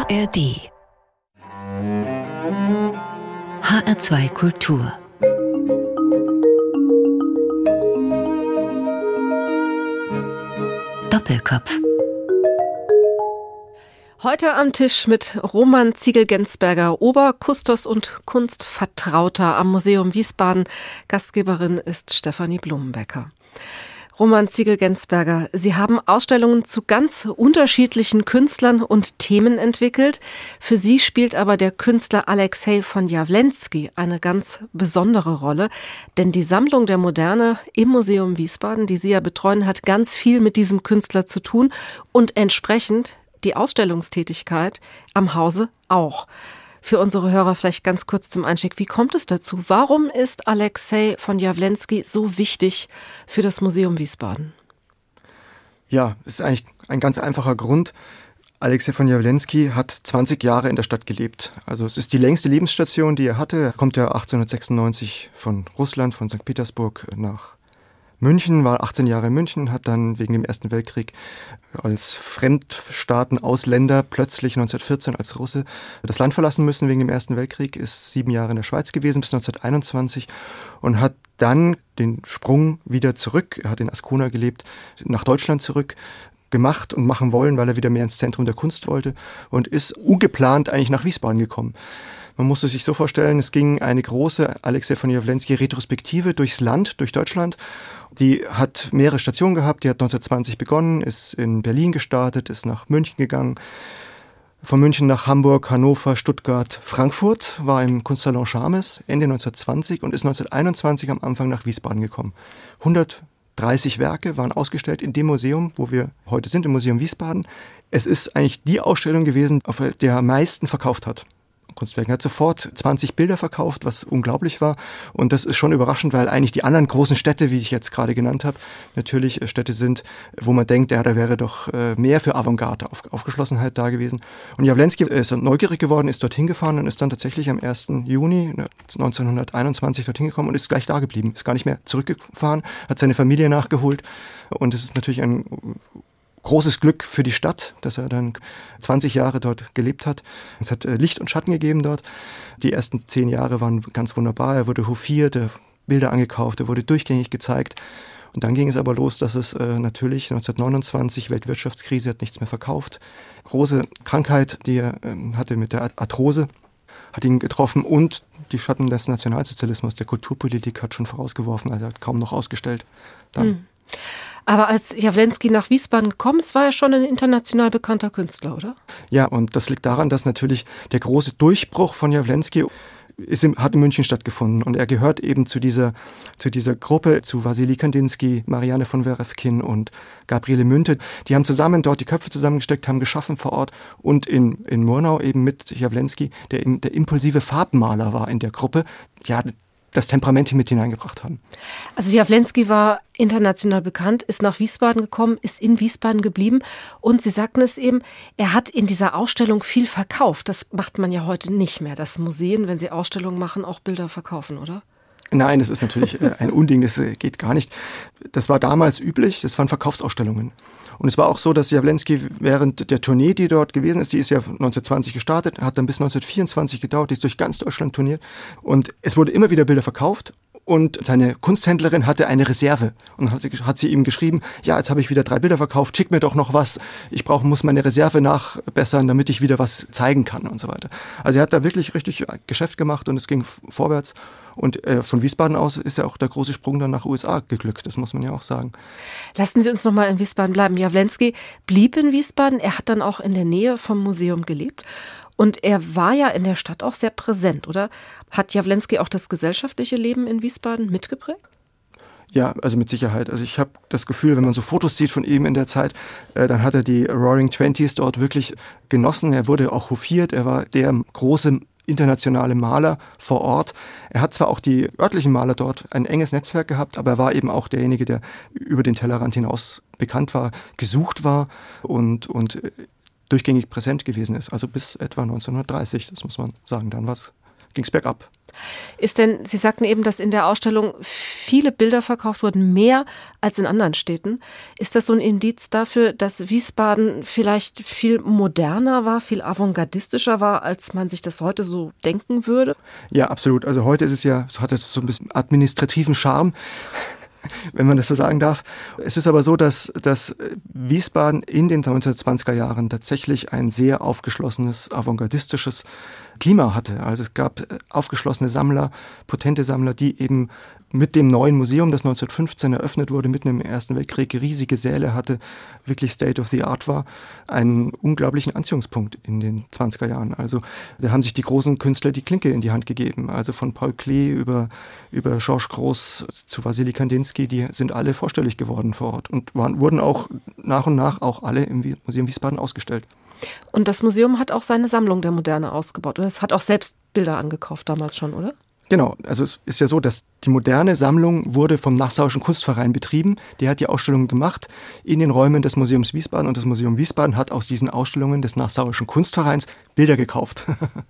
ARD HR2 Kultur Doppelkopf. Heute am Tisch mit Roman Ziegel-Gensberger, Oberkustos und Kunstvertrauter am Museum Wiesbaden. Gastgeberin ist Stefanie Blumenbecker. Roman Ziegel-Gensberger, Sie haben Ausstellungen zu ganz unterschiedlichen Künstlern und Themen entwickelt. Für Sie spielt aber der Künstler Alexej von Jawlensky eine ganz besondere Rolle. Denn die Sammlung der Moderne im Museum Wiesbaden, die Sie ja betreuen, hat ganz viel mit diesem Künstler zu tun und entsprechend die Ausstellungstätigkeit am Hause auch. Für unsere Hörer vielleicht ganz kurz zum Einstieg. Wie kommt es dazu? Warum ist Alexej von Jawlensky so wichtig für das Museum Wiesbaden? Ja, es ist eigentlich ein ganz einfacher Grund. Alexej von Jawlensky hat 20 Jahre in der Stadt gelebt. Also es ist die längste Lebensstation, die er hatte. Er kommt ja 1896 von Russland, von St. Petersburg nach München, war 18 Jahre in München, hat dann wegen dem Ersten Weltkrieg als Fremdstaaten-Ausländer plötzlich 1914 als Russe das Land verlassen müssen wegen dem Ersten Weltkrieg, ist 7 Jahre in der Schweiz gewesen bis 1921 und hat dann den Sprung wieder zurück, er hat in Ascona gelebt, nach Deutschland zurück gemacht und machen wollen, weil er wieder mehr ins Zentrum der Kunst wollte und ist ungeplant eigentlich nach Wiesbaden gekommen. Man musste sich so vorstellen, es ging eine große Alexej von Jawlensky Retrospektive durchs Land, durch Deutschland. Die hat mehrere Stationen gehabt, die hat 1920 begonnen, ist in Berlin gestartet, ist nach München gegangen. Von München nach Hamburg, Hannover, Stuttgart, Frankfurt, war im Kunstsalon Schames Ende 1920 und ist 1921 am Anfang nach Wiesbaden gekommen. 130 Werke waren ausgestellt in dem Museum, wo wir heute sind, im Museum Wiesbaden. Es ist eigentlich die Ausstellung gewesen, auf der er am meisten verkauft hat. Kunstwerken. Er hat sofort 20 Bilder verkauft, was unglaublich war. Und das ist schon überraschend, weil eigentlich die anderen großen Städte, wie ich jetzt gerade genannt habe, natürlich Städte sind, wo man denkt, ja, da wäre doch mehr für Avantgarde, Aufgeschlossenheit da gewesen. Und Jawlensky ist neugierig geworden, ist dorthin gefahren und ist dann tatsächlich am 1. Juni 1921 dorthin gekommen und ist gleich da geblieben. Ist gar nicht mehr zurückgefahren, hat seine Familie nachgeholt. Und es ist natürlich ein großes Glück für die Stadt, dass er dann 20 Jahre dort gelebt hat. Es hat Licht und Schatten gegeben dort. Die ersten 10 Jahre waren ganz wunderbar. Er wurde hofiert, Bilder angekauft, er wurde durchgängig gezeigt. Und dann ging es aber los, dass es natürlich 1929, Weltwirtschaftskrise, hat nichts mehr verkauft. Große Krankheit, die er hatte mit der Arthrose, hat ihn getroffen und die Schatten des Nationalsozialismus, der Kulturpolitik hat schon vorausgeworfen. Also er hat kaum noch ausgestellt. Dann. Aber als Jawlensky nach Wiesbaden gekommen ist, war er schon ein international bekannter Künstler, oder? Ja, und das liegt daran, dass natürlich der große Durchbruch von Jawlensky hat in München stattgefunden. Und er gehört eben zu dieser Gruppe, zu Wassily Kandinsky, Marianne von Werefkin und Gabriele Münte. Die haben zusammen dort die Köpfe zusammengesteckt, haben geschaffen vor Ort. Und in Murnau eben mit Jawlensky, der eben der impulsive Farbmaler war in der Gruppe. Ja, das Temperament mit hineingebracht haben. Also Jawlensky war international bekannt, ist nach Wiesbaden gekommen, ist in Wiesbaden geblieben und Sie sagten es eben, er hat in dieser Ausstellung viel verkauft. Das macht man ja heute nicht mehr, dass Museen, wenn sie Ausstellungen machen, auch Bilder verkaufen, oder? Nein, das ist natürlich ein Unding, das geht gar nicht. Das war damals üblich, das waren Verkaufsausstellungen. Und es war auch so, dass Jawlensky während der Tournee, die dort gewesen ist, die ist ja 1920 gestartet, hat dann bis 1924 gedauert, die ist durch ganz Deutschland turniert. Und es wurde immer wieder Bilder verkauft. Und seine Kunsthändlerin hatte eine Reserve und hat sie ihm geschrieben, ja, jetzt habe ich wieder 3 Bilder verkauft, schick mir doch noch was. Ich muss meine Reserve nachbessern, damit ich wieder was zeigen kann und so weiter. Also er hat da wirklich richtig Geschäft gemacht und es ging vorwärts. Und von Wiesbaden aus ist ja auch der große Sprung dann nach USA geglückt, das muss man ja auch sagen. Lassen Sie uns noch mal in Wiesbaden bleiben. Jawlensky blieb in Wiesbaden, er hat dann auch in der Nähe vom Museum gelebt. Und er war ja in der Stadt auch sehr präsent, oder? Hat Jawlensky auch das gesellschaftliche Leben in Wiesbaden mitgeprägt? Ja, also mit Sicherheit. Also ich habe das Gefühl, wenn man so Fotos sieht von ihm in der Zeit, dann hat er die Roaring Twenties dort wirklich genossen. Er wurde auch hofiert, er war der große internationale Maler vor Ort. Er hat zwar auch die örtlichen Maler dort ein enges Netzwerk gehabt, aber er war eben auch derjenige, der über den Tellerrand hinaus bekannt war, gesucht war und durchgängig präsent gewesen ist, also bis etwa 1930, das muss man sagen, dann war es ging es bergab. Ist denn, Sie sagten eben, dass in der Ausstellung viele Bilder verkauft wurden, mehr als in anderen Städten. Ist das so ein Indiz dafür, dass Wiesbaden vielleicht viel moderner war, viel avantgardistischer war, als man sich das heute so denken würde? Ja, absolut. Also heute hat es so ein bisschen administrativen Charme, wenn man das so sagen darf. Es ist aber so, dass Wiesbaden in den 1920er Jahren tatsächlich ein sehr aufgeschlossenes, avantgardistisches Klima hatte. Also es gab aufgeschlossene Sammler, potente Sammler, die eben mit dem neuen Museum, das 1915 eröffnet wurde, mitten im Ersten Weltkrieg, riesige Säle hatte, wirklich State of the Art war, einen unglaublichen Anziehungspunkt in den 20er Jahren. Also da haben sich die großen Künstler die Klinke in die Hand gegeben. Also von Paul Klee über Georges Grosz zu Wassily Kandinsky, die sind alle vorstellig geworden vor Ort und wurden auch nach und nach auch alle im Museum Wiesbaden ausgestellt. Und das Museum hat auch seine Sammlung der Moderne ausgebaut. Und es hat auch selbst Bilder angekauft damals schon, oder? Genau, also es ist ja so, dass die moderne Sammlung wurde vom Nassauischen Kunstverein betrieben. Der hat die Ausstellungen gemacht in den Räumen des Museums Wiesbaden und das Museum Wiesbaden hat aus diesen Ausstellungen des Nassauischen Kunstvereins Bilder gekauft.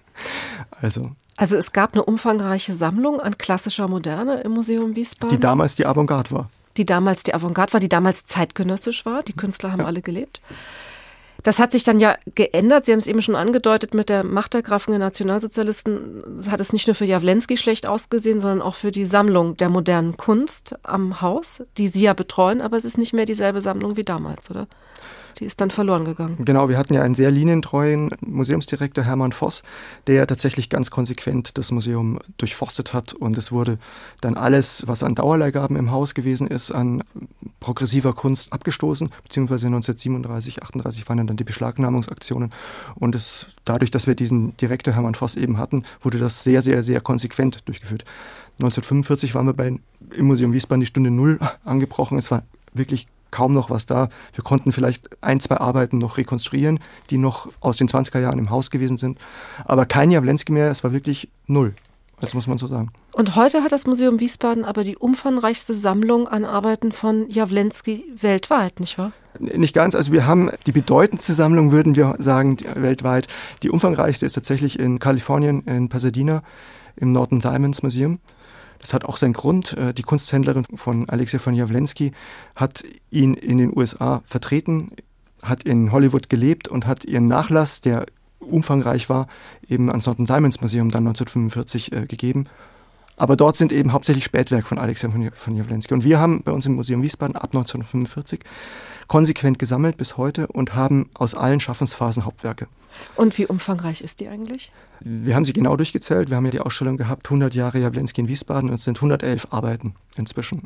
Also es gab eine umfangreiche Sammlung an klassischer Moderne im Museum Wiesbaden. Die damals die Avantgarde war. Die damals zeitgenössisch war. Die Künstler haben alle gelebt. Das hat sich dann ja geändert. Sie haben es eben schon angedeutet, mit der Machtergreifung der Nationalsozialisten hat es nicht nur für Jawlensky schlecht ausgesehen, sondern auch für die Sammlung der modernen Kunst am Haus, die Sie ja betreuen, aber es ist nicht mehr dieselbe Sammlung wie damals, oder? Die ist dann verloren gegangen. Genau, wir hatten ja einen sehr linientreuen Museumsdirektor, Hermann Voss, der tatsächlich ganz konsequent das Museum durchforstet hat und es wurde dann alles, was an Dauerleihgaben im Haus gewesen ist, an progressiver Kunst abgestoßen, beziehungsweise 1937, 38 waren dann die Beschlagnahmungsaktionen und dadurch, dass wir diesen Direktor Hermann Voss eben hatten, wurde das sehr, sehr, sehr konsequent durchgeführt. 1945 waren wir im Museum Wiesbaden die Stunde Null angebrochen, es war wirklich kaum noch was da. Wir konnten vielleicht 1, 2 Arbeiten noch rekonstruieren, die noch aus den 20er Jahren im Haus gewesen sind. Aber kein Jawlensky mehr, es war wirklich null. Das muss man so sagen. Und heute hat das Museum Wiesbaden aber die umfangreichste Sammlung an Arbeiten von Jawlensky weltweit, nicht wahr? Nicht ganz. Also wir haben die bedeutendste Sammlung, würden wir sagen, weltweit. Die umfangreichste ist tatsächlich in Kalifornien, in Pasadena, im Norton Simons Museum. Das hat auch seinen Grund. Die Kunsthändlerin von Alexei von Jawlensky hat ihn in den USA vertreten, hat in Hollywood gelebt und hat ihren Nachlass, der umfangreich war, eben ans Norton Simons Museum dann 1945 gegeben. Aber dort sind eben hauptsächlich Spätwerk von Alexei von Jawlensky. Und wir haben bei uns im Museum Wiesbaden ab 1945 konsequent gesammelt bis heute und haben aus allen Schaffensphasen Hauptwerke. Und wie umfangreich ist die eigentlich? Wir haben sie genau durchgezählt. Wir haben ja die Ausstellung gehabt, 100 Jahre Jawlensky in Wiesbaden und es sind 111 Arbeiten inzwischen.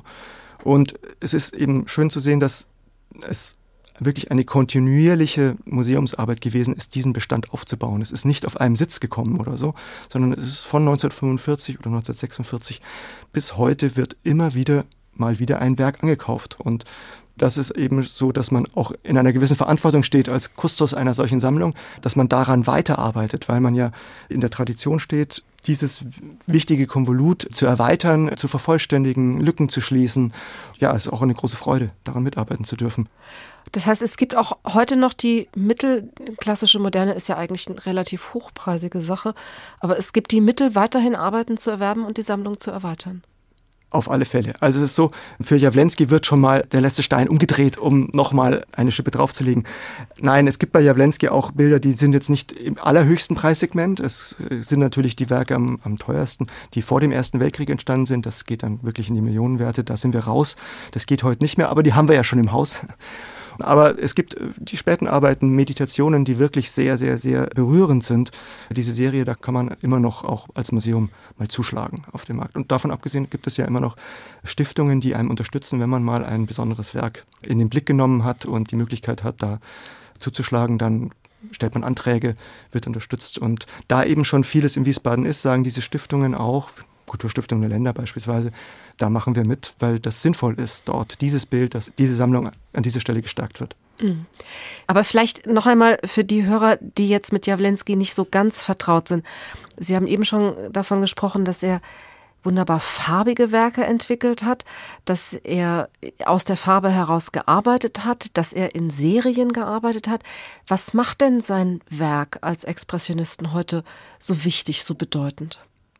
Und es ist eben schön zu sehen, dass es wirklich eine kontinuierliche Museumsarbeit gewesen ist, diesen Bestand aufzubauen. Es ist nicht auf einem Sitz gekommen oder so, sondern es ist von 1945 oder 1946 bis heute wird immer wieder mal wieder ein Werk angekauft. Und das ist eben so, dass man auch in einer gewissen Verantwortung steht als Kustos einer solchen Sammlung, dass man daran weiterarbeitet, weil man ja in der Tradition steht, dieses wichtige Konvolut zu erweitern, zu vervollständigen, Lücken zu schließen. Ja, es ist auch eine große Freude, daran mitarbeiten zu dürfen. Das heißt, es gibt auch heute noch die mittelklassische Moderne, ist ja eigentlich eine relativ hochpreisige Sache, aber es gibt die Mittel, weiterhin Arbeiten zu erwerben und die Sammlung zu erweitern. Auf alle Fälle. Also es ist so, für Jawlensky wird schon mal der letzte Stein umgedreht, um nochmal eine Schippe draufzulegen. Nein, es gibt bei Jawlensky auch Bilder, die sind jetzt nicht im allerhöchsten Preissegment. Es sind natürlich die Werke am teuersten, die vor dem Ersten Weltkrieg entstanden sind. Das geht dann wirklich in die Millionenwerte, da sind wir raus. Das geht heute nicht mehr, aber die haben wir ja schon im Haus. Aber es gibt die späten Arbeiten, Meditationen, die wirklich sehr, sehr, sehr berührend sind. Diese Serie, da kann man immer noch auch als Museum mal zuschlagen auf dem Markt. Und davon abgesehen gibt es ja immer noch Stiftungen, die einem unterstützen, wenn man mal ein besonderes Werk in den Blick genommen hat und die Möglichkeit hat, da zuzuschlagen, dann stellt man Anträge, wird unterstützt. Und da eben schon vieles in Wiesbaden ist, sagen diese Stiftungen auch, Kulturstiftung der Länder beispielsweise, da machen wir mit, weil das sinnvoll ist, dort dieses Bild, dass diese Sammlung an dieser Stelle gestärkt wird. Aber vielleicht noch einmal für die Hörer, die jetzt mit Jawlensky nicht so ganz vertraut sind. Sie haben eben schon davon gesprochen, dass er wunderbar farbige Werke entwickelt hat, dass er aus der Farbe heraus gearbeitet hat, dass er in Serien gearbeitet hat. Was macht denn sein Werk als Expressionisten heute so wichtig, so bedeutend?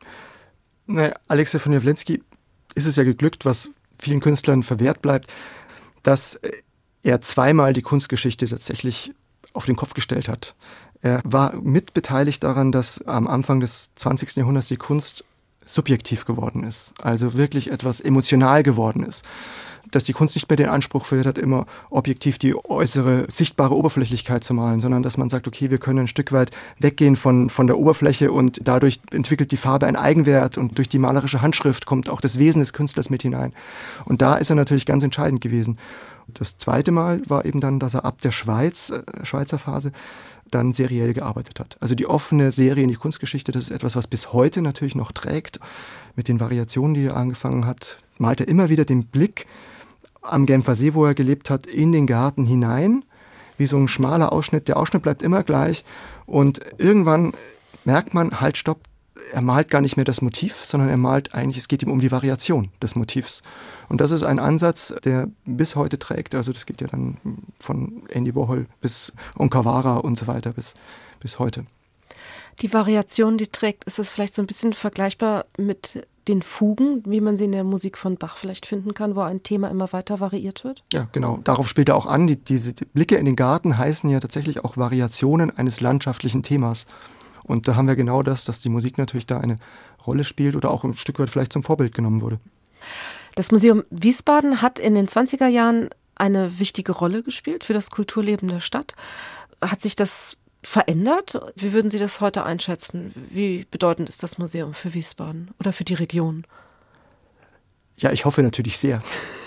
Alexej von Jawlensky ist es ja geglückt, was vielen Künstlern verwehrt bleibt, dass er zweimal die Kunstgeschichte tatsächlich auf den Kopf gestellt hat. Er war mitbeteiligt daran, dass am Anfang des 20. Jahrhunderts die Kunst subjektiv geworden ist, also wirklich etwas emotional geworden ist. Dass die Kunst nicht mehr den Anspruch verhört hat, immer objektiv die äußere, sichtbare Oberflächlichkeit zu malen, sondern dass man sagt, okay, wir können ein Stück weit weggehen von der Oberfläche und dadurch entwickelt die Farbe einen Eigenwert und durch die malerische Handschrift kommt auch das Wesen des Künstlers mit hinein. Und da ist er natürlich ganz entscheidend gewesen. Das zweite Mal war eben dann, dass er ab der Schweizer Phase dann seriell gearbeitet hat. Also die offene Serie in die Kunstgeschichte, das ist etwas, was bis heute natürlich noch trägt. Mit den Variationen, die er angefangen hat, malt er immer wieder den Blick am Genfer See, wo er gelebt hat, in den Garten hinein, wie so ein schmaler Ausschnitt. Der Ausschnitt bleibt immer gleich und irgendwann merkt man, halt, stopp, er malt gar nicht mehr das Motiv, sondern er malt eigentlich, es geht ihm um die Variation des Motivs. Und das ist ein Ansatz, der bis heute trägt. Also das geht ja dann von Andy Warhol bis Onkawara und so weiter bis heute. Die Variation, die trägt, ist es vielleicht so ein bisschen vergleichbar mit den Fugen, wie man sie in der Musik von Bach vielleicht finden kann, wo ein Thema immer weiter variiert wird? Ja, genau. Darauf spielt er auch an. Diese Blicke in den Garten heißen ja tatsächlich auch Variationen eines landschaftlichen Themas. Und da haben wir genau das, dass die Musik natürlich da eine Rolle spielt oder auch ein Stück weit vielleicht zum Vorbild genommen wurde. Das Museum Wiesbaden hat in den 20er Jahren eine wichtige Rolle gespielt für das Kulturleben der Stadt. Hat sich das verändert? Wie würden Sie das heute einschätzen? Wie bedeutend ist das Museum für Wiesbaden oder für die Region? Ja, ich hoffe natürlich sehr.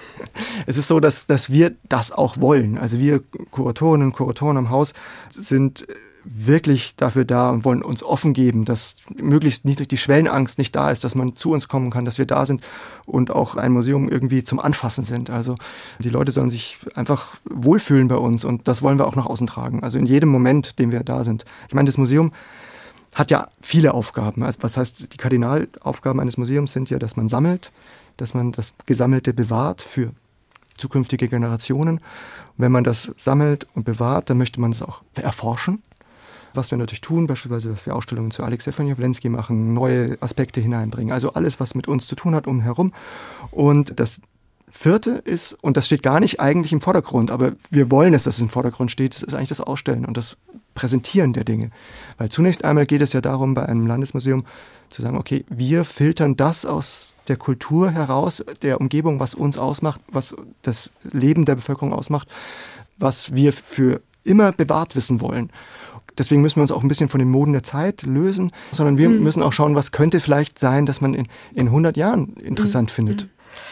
Es ist so, dass wir das auch wollen. Also wir Kuratorinnen und Kuratoren am Haus sind wirklich dafür da und wollen uns offen geben, dass möglichst niedrig die Schwellenangst nicht da ist, dass man zu uns kommen kann, dass wir da sind und auch ein Museum irgendwie zum Anfassen sind. Also die Leute sollen sich einfach wohlfühlen bei uns und das wollen wir auch nach außen tragen. Also in jedem Moment, den wir da sind. Ich meine, das Museum hat ja viele Aufgaben. Also was heißt, die Kardinalaufgaben eines Museums sind ja, dass man sammelt, dass man das Gesammelte bewahrt für zukünftige Generationen. Und wenn man das sammelt und bewahrt, dann möchte man es auch erforschen. Was wir natürlich tun, beispielsweise, dass wir Ausstellungen zu Alexej von Jawlensky machen, neue Aspekte hineinbringen. Also alles, was mit uns zu tun hat, umherum. Und das Vierte ist, und das steht gar nicht eigentlich im Vordergrund, aber wir wollen es, dass es im Vordergrund steht, das ist eigentlich das Ausstellen und das Präsentieren der Dinge. Weil zunächst einmal geht es ja darum, bei einem Landesmuseum zu sagen, okay, wir filtern das aus der Kultur heraus, der Umgebung, was uns ausmacht, was das Leben der Bevölkerung ausmacht, was wir für immer bewahrt wissen wollen. Deswegen müssen wir uns auch ein bisschen von den Moden der Zeit lösen, sondern wir müssen auch schauen, was könnte vielleicht sein, dass man in 100 Jahren interessant findet.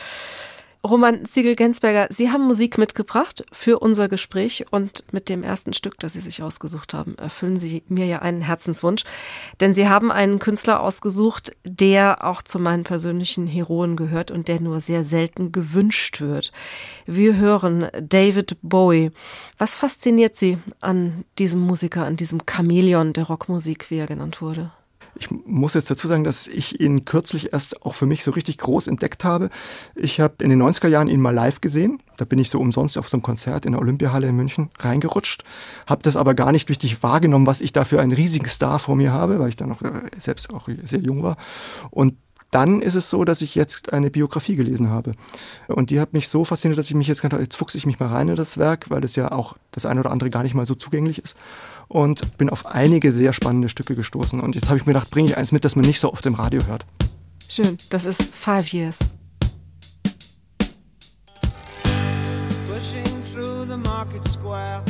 Roman Ziegel-Gensberger, Sie haben Musik mitgebracht für unser Gespräch und mit dem ersten Stück, das Sie sich ausgesucht haben, erfüllen Sie mir ja einen Herzenswunsch. Denn Sie haben einen Künstler ausgesucht, der auch zu meinen persönlichen Heroen gehört und der nur sehr selten gewünscht wird. Wir hören David Bowie. Was fasziniert Sie an diesem Musiker, an diesem Chamäleon der Rockmusik, wie er genannt wurde? Ich muss jetzt dazu sagen, dass ich ihn kürzlich erst auch für mich so richtig groß entdeckt habe. Ich habe in den 90er Jahren ihn mal live gesehen. Da bin ich so umsonst auf so einem Konzert in der Olympiahalle in München reingerutscht. Habe das aber gar nicht richtig wahrgenommen, was ich da für einen riesigen Star vor mir habe, weil ich dann noch selbst auch sehr jung war. Und dann ist es so, dass ich jetzt eine Biografie gelesen habe. Und die hat mich so fasziniert, dass ich mich jetzt fuchse ich mich mal rein in das Werk, weil es ja auch das eine oder andere gar nicht mal so zugänglich ist. Und bin auf einige sehr spannende Stücke gestoßen. Und jetzt habe ich mir gedacht, bringe ich eins mit, das man nicht so oft im Radio hört. Schön, das ist 5 Years. Pushing through the market square,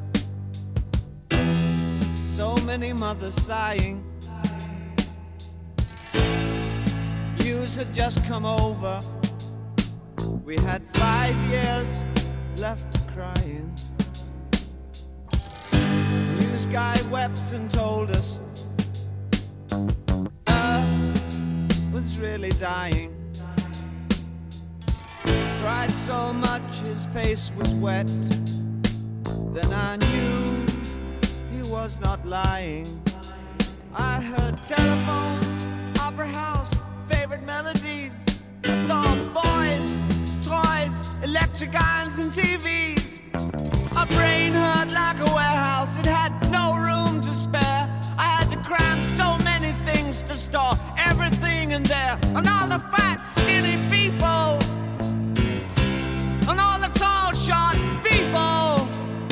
so many mothers sighing. News had just come over, we had 5 years left crying. News guy wept and told us Earth was really dying. Cried so much his face was wet, then I knew he was not lying. I heard telephones, opera house, favorite melodies. I saw boys, toys, electric irons and TVs. My brain hurt like a warehouse, it had no room to spare. I had to cram so many things to store everything in there. And all the fat, skinny people, and all the tall, short people,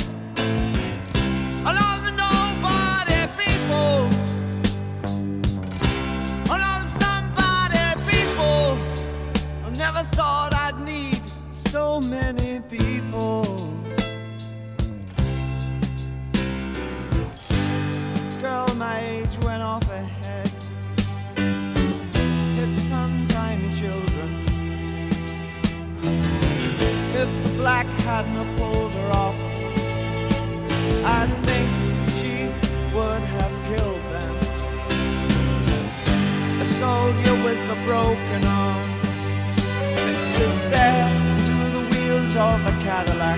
and all the nobody people, and all the somebody people. I never thought I'd need so many people. Girl my age went off ahead, hit some tiny children. If the black hadn't have pulled her off, I think she would have killed them. A soldier with a broken arm fixed his stare to the wheels of a Cadillac.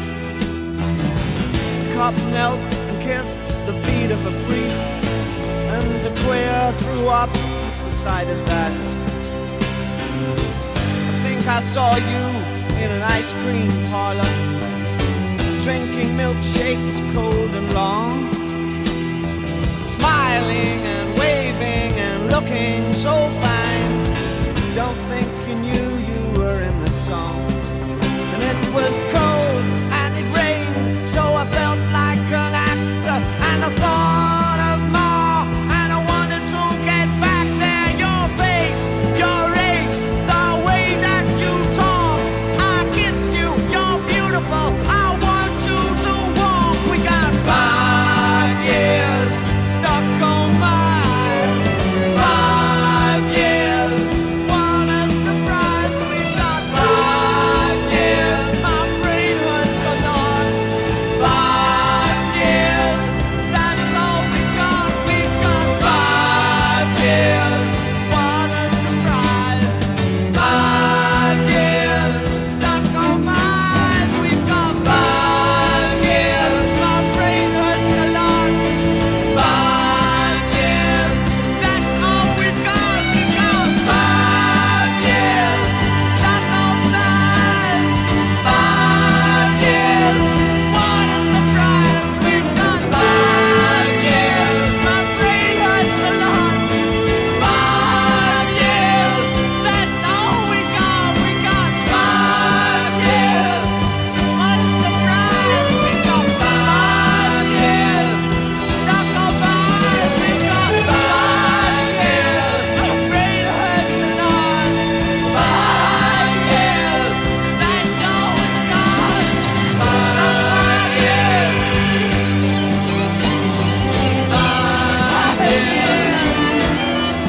The cop knelt and kissed the feet of a priest, and a queer threw up at the sight of that. I think I saw you in an ice cream parlor, drinking milkshakes cold and long, smiling and waving and looking so fine. Don't think you knew you were in the song. And it was cold and it rained, so I felt like an actor, and I thought of more, and I wanted to get back there. Your face, your race, the way that you talk, I kiss you, you're beautiful, I want you to walk. We got 5 years stuck on mine, 5 years, what a surprise. We got 5 years, my brain hurts a lot. 5 years, that's all we got. We got 5 years, what a surprise. 5 years, stuck on mine. We got 5 years, my brain hurts a lot. 5 years, that's all we got. We got 5 years, stuck on mine. 5 years, what a surprise. We've got 5 years, my brain hurts a lot. 5 years, that's all we got. We got 5 years, what a surprise. We got 5 years, stuck on mine. We got 5 years, my brain hurts a lot. 5 years, that's all we got. 5 years, 5 years.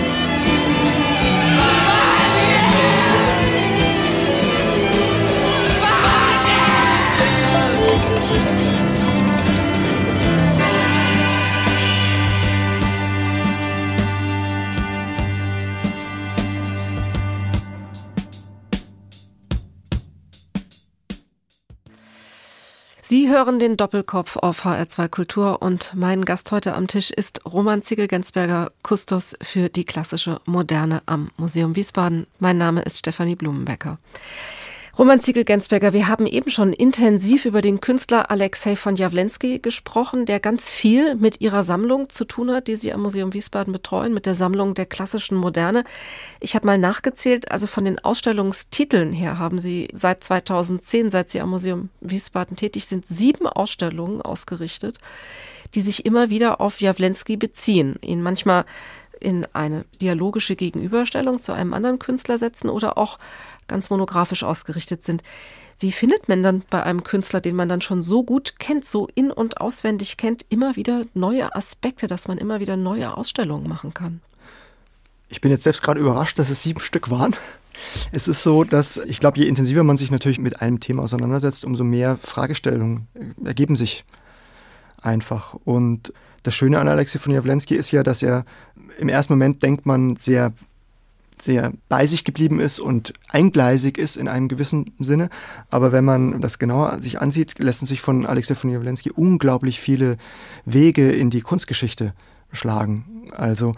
Sie hören den Doppelkopf auf HR2 Kultur und mein Gast heute am Tisch ist Roman Ziegel-Gensberger, Kustos für die klassische Moderne am Museum Wiesbaden. Mein Name ist Stefanie Blumenbecker. Roman Ziegel-Gensberger, wir haben eben schon intensiv über den Künstler Alexej von Jawlensky gesprochen, der ganz viel mit Ihrer Sammlung zu tun hat, die Sie am Museum Wiesbaden betreuen, mit der Sammlung der klassischen Moderne. Ich habe mal nachgezählt, also von den Ausstellungstiteln her haben Sie seit 2010, seit Sie am Museum Wiesbaden tätig sind, 7 Ausstellungen ausgerichtet, die sich immer wieder auf Jawlensky beziehen, ihn manchmal in eine dialogische Gegenüberstellung zu einem anderen Künstler setzen oder auch ganz monografisch ausgerichtet sind. Wie findet man dann bei einem Künstler, den man dann schon so gut kennt, so in- und auswendig kennt, immer wieder neue Aspekte, dass man immer wieder neue Ausstellungen machen kann? Ich bin jetzt selbst gerade überrascht, dass es 7 Stück waren. Es ist so, dass ich glaube, je intensiver man sich natürlich mit einem Thema auseinandersetzt, umso mehr Fragestellungen ergeben sich einfach. Und das Schöne an Alexej von Jawlensky ist ja, dass er im ersten Moment denkt man sehr bei sich geblieben ist und eingleisig ist in einem gewissen Sinne. Aber wenn man das genauer sich ansieht, lassen sich von Alexej von Jawlensky unglaublich viele Wege in die Kunstgeschichte schlagen. Also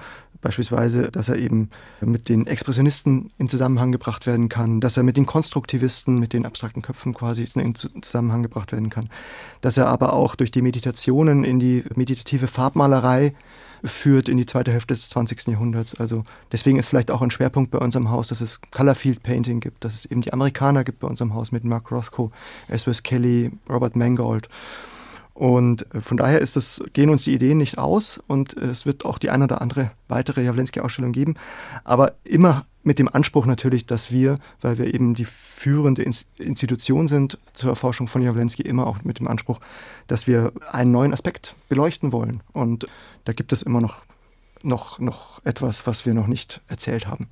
Beispielsweise, dass er eben mit den Expressionisten in Zusammenhang gebracht werden kann, dass er mit den Konstruktivisten, mit den abstrakten Köpfen quasi in Zusammenhang gebracht werden kann, dass er aber auch durch die Meditationen in die meditative Farbmalerei führt in die zweite Hälfte des 20. Jahrhunderts. Also deswegen ist vielleicht auch ein Schwerpunkt bei unserem Haus, dass es Colorfield Painting gibt, dass es eben die Amerikaner gibt bei unserem Haus mit Mark Rothko, S.W. Kelly, Robert Mangold. Und von daher gehen uns die Ideen nicht aus und es wird auch die eine oder andere weitere Jawlensky-Ausstellung geben, aber immer mit dem Anspruch natürlich, dass wir, weil wir eben die führende Institution sind zur Erforschung von Jawlensky, immer auch mit dem Anspruch, dass wir einen neuen Aspekt beleuchten wollen. Und da gibt es immer noch etwas, was wir noch nicht erzählt haben.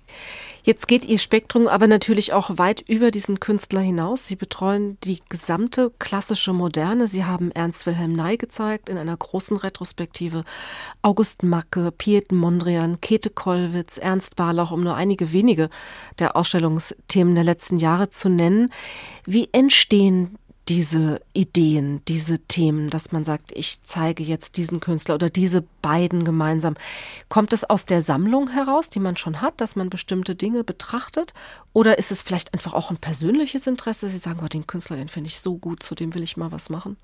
Jetzt geht Ihr Spektrum aber natürlich auch weit über diesen Künstler hinaus. Sie betreuen die gesamte klassische Moderne. Sie haben Ernst Wilhelm Ney gezeigt in einer großen Retrospektive, August Macke, Piet Mondrian, Käthe Kollwitz, Ernst Barlach, um nur einige wenige der Ausstellungsthemen der letzten Jahre zu nennen. Wie entstehen diese Ideen, diese Themen, dass man sagt, ich zeige jetzt diesen Künstler oder diese beiden gemeinsam? Kommt es aus der Sammlung heraus, die man schon hat, dass man bestimmte Dinge betrachtet? Oder ist es vielleicht einfach auch ein persönliches Interesse? Sie sagen, oh, den Künstler, den finde ich so gut, zu dem will ich mal was machen.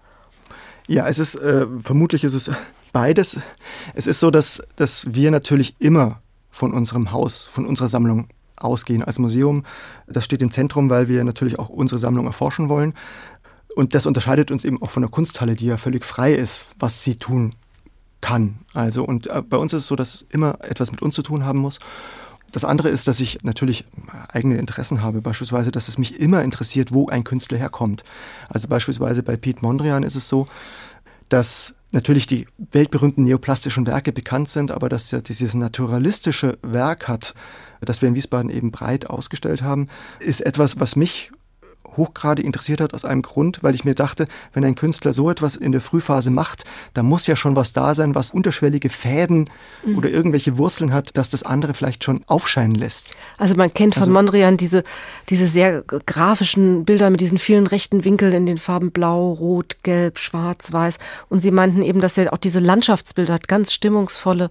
Ja, vermutlich ist es beides. Es ist so, dass wir natürlich immer von unserem Haus, von unserer Sammlung ausgehen als Museum. Das steht im Zentrum, weil wir natürlich auch unsere Sammlung erforschen wollen. Und das unterscheidet uns eben auch von der Kunsthalle, die ja völlig frei ist, was sie tun kann. Also, und bei uns ist es so, dass immer etwas mit uns zu tun haben muss. Das andere ist, dass ich natürlich eigene Interessen habe. Beispielsweise, dass es mich immer interessiert, wo ein Künstler herkommt. Also beispielsweise bei Piet Mondrian ist es so, dass natürlich die weltberühmten neoplastischen Werke bekannt sind, aber dass er dieses naturalistische Werk hat, das wir in Wiesbaden eben breit ausgestellt haben, ist etwas, was mich hochgradig interessiert hat aus einem Grund, weil ich mir dachte, wenn ein Künstler so etwas in der Frühphase macht, dann muss ja schon was da sein, was unterschwellige Fäden oder irgendwelche Wurzeln hat, dass das andere vielleicht schon aufscheinen lässt. Also man kennt von Mondrian diese sehr grafischen Bilder mit diesen vielen rechten Winkeln in den Farben Blau, Rot, Gelb, Schwarz, Weiß. Und Sie meinten eben, dass er auch diese Landschaftsbilder hat, ganz stimmungsvolle,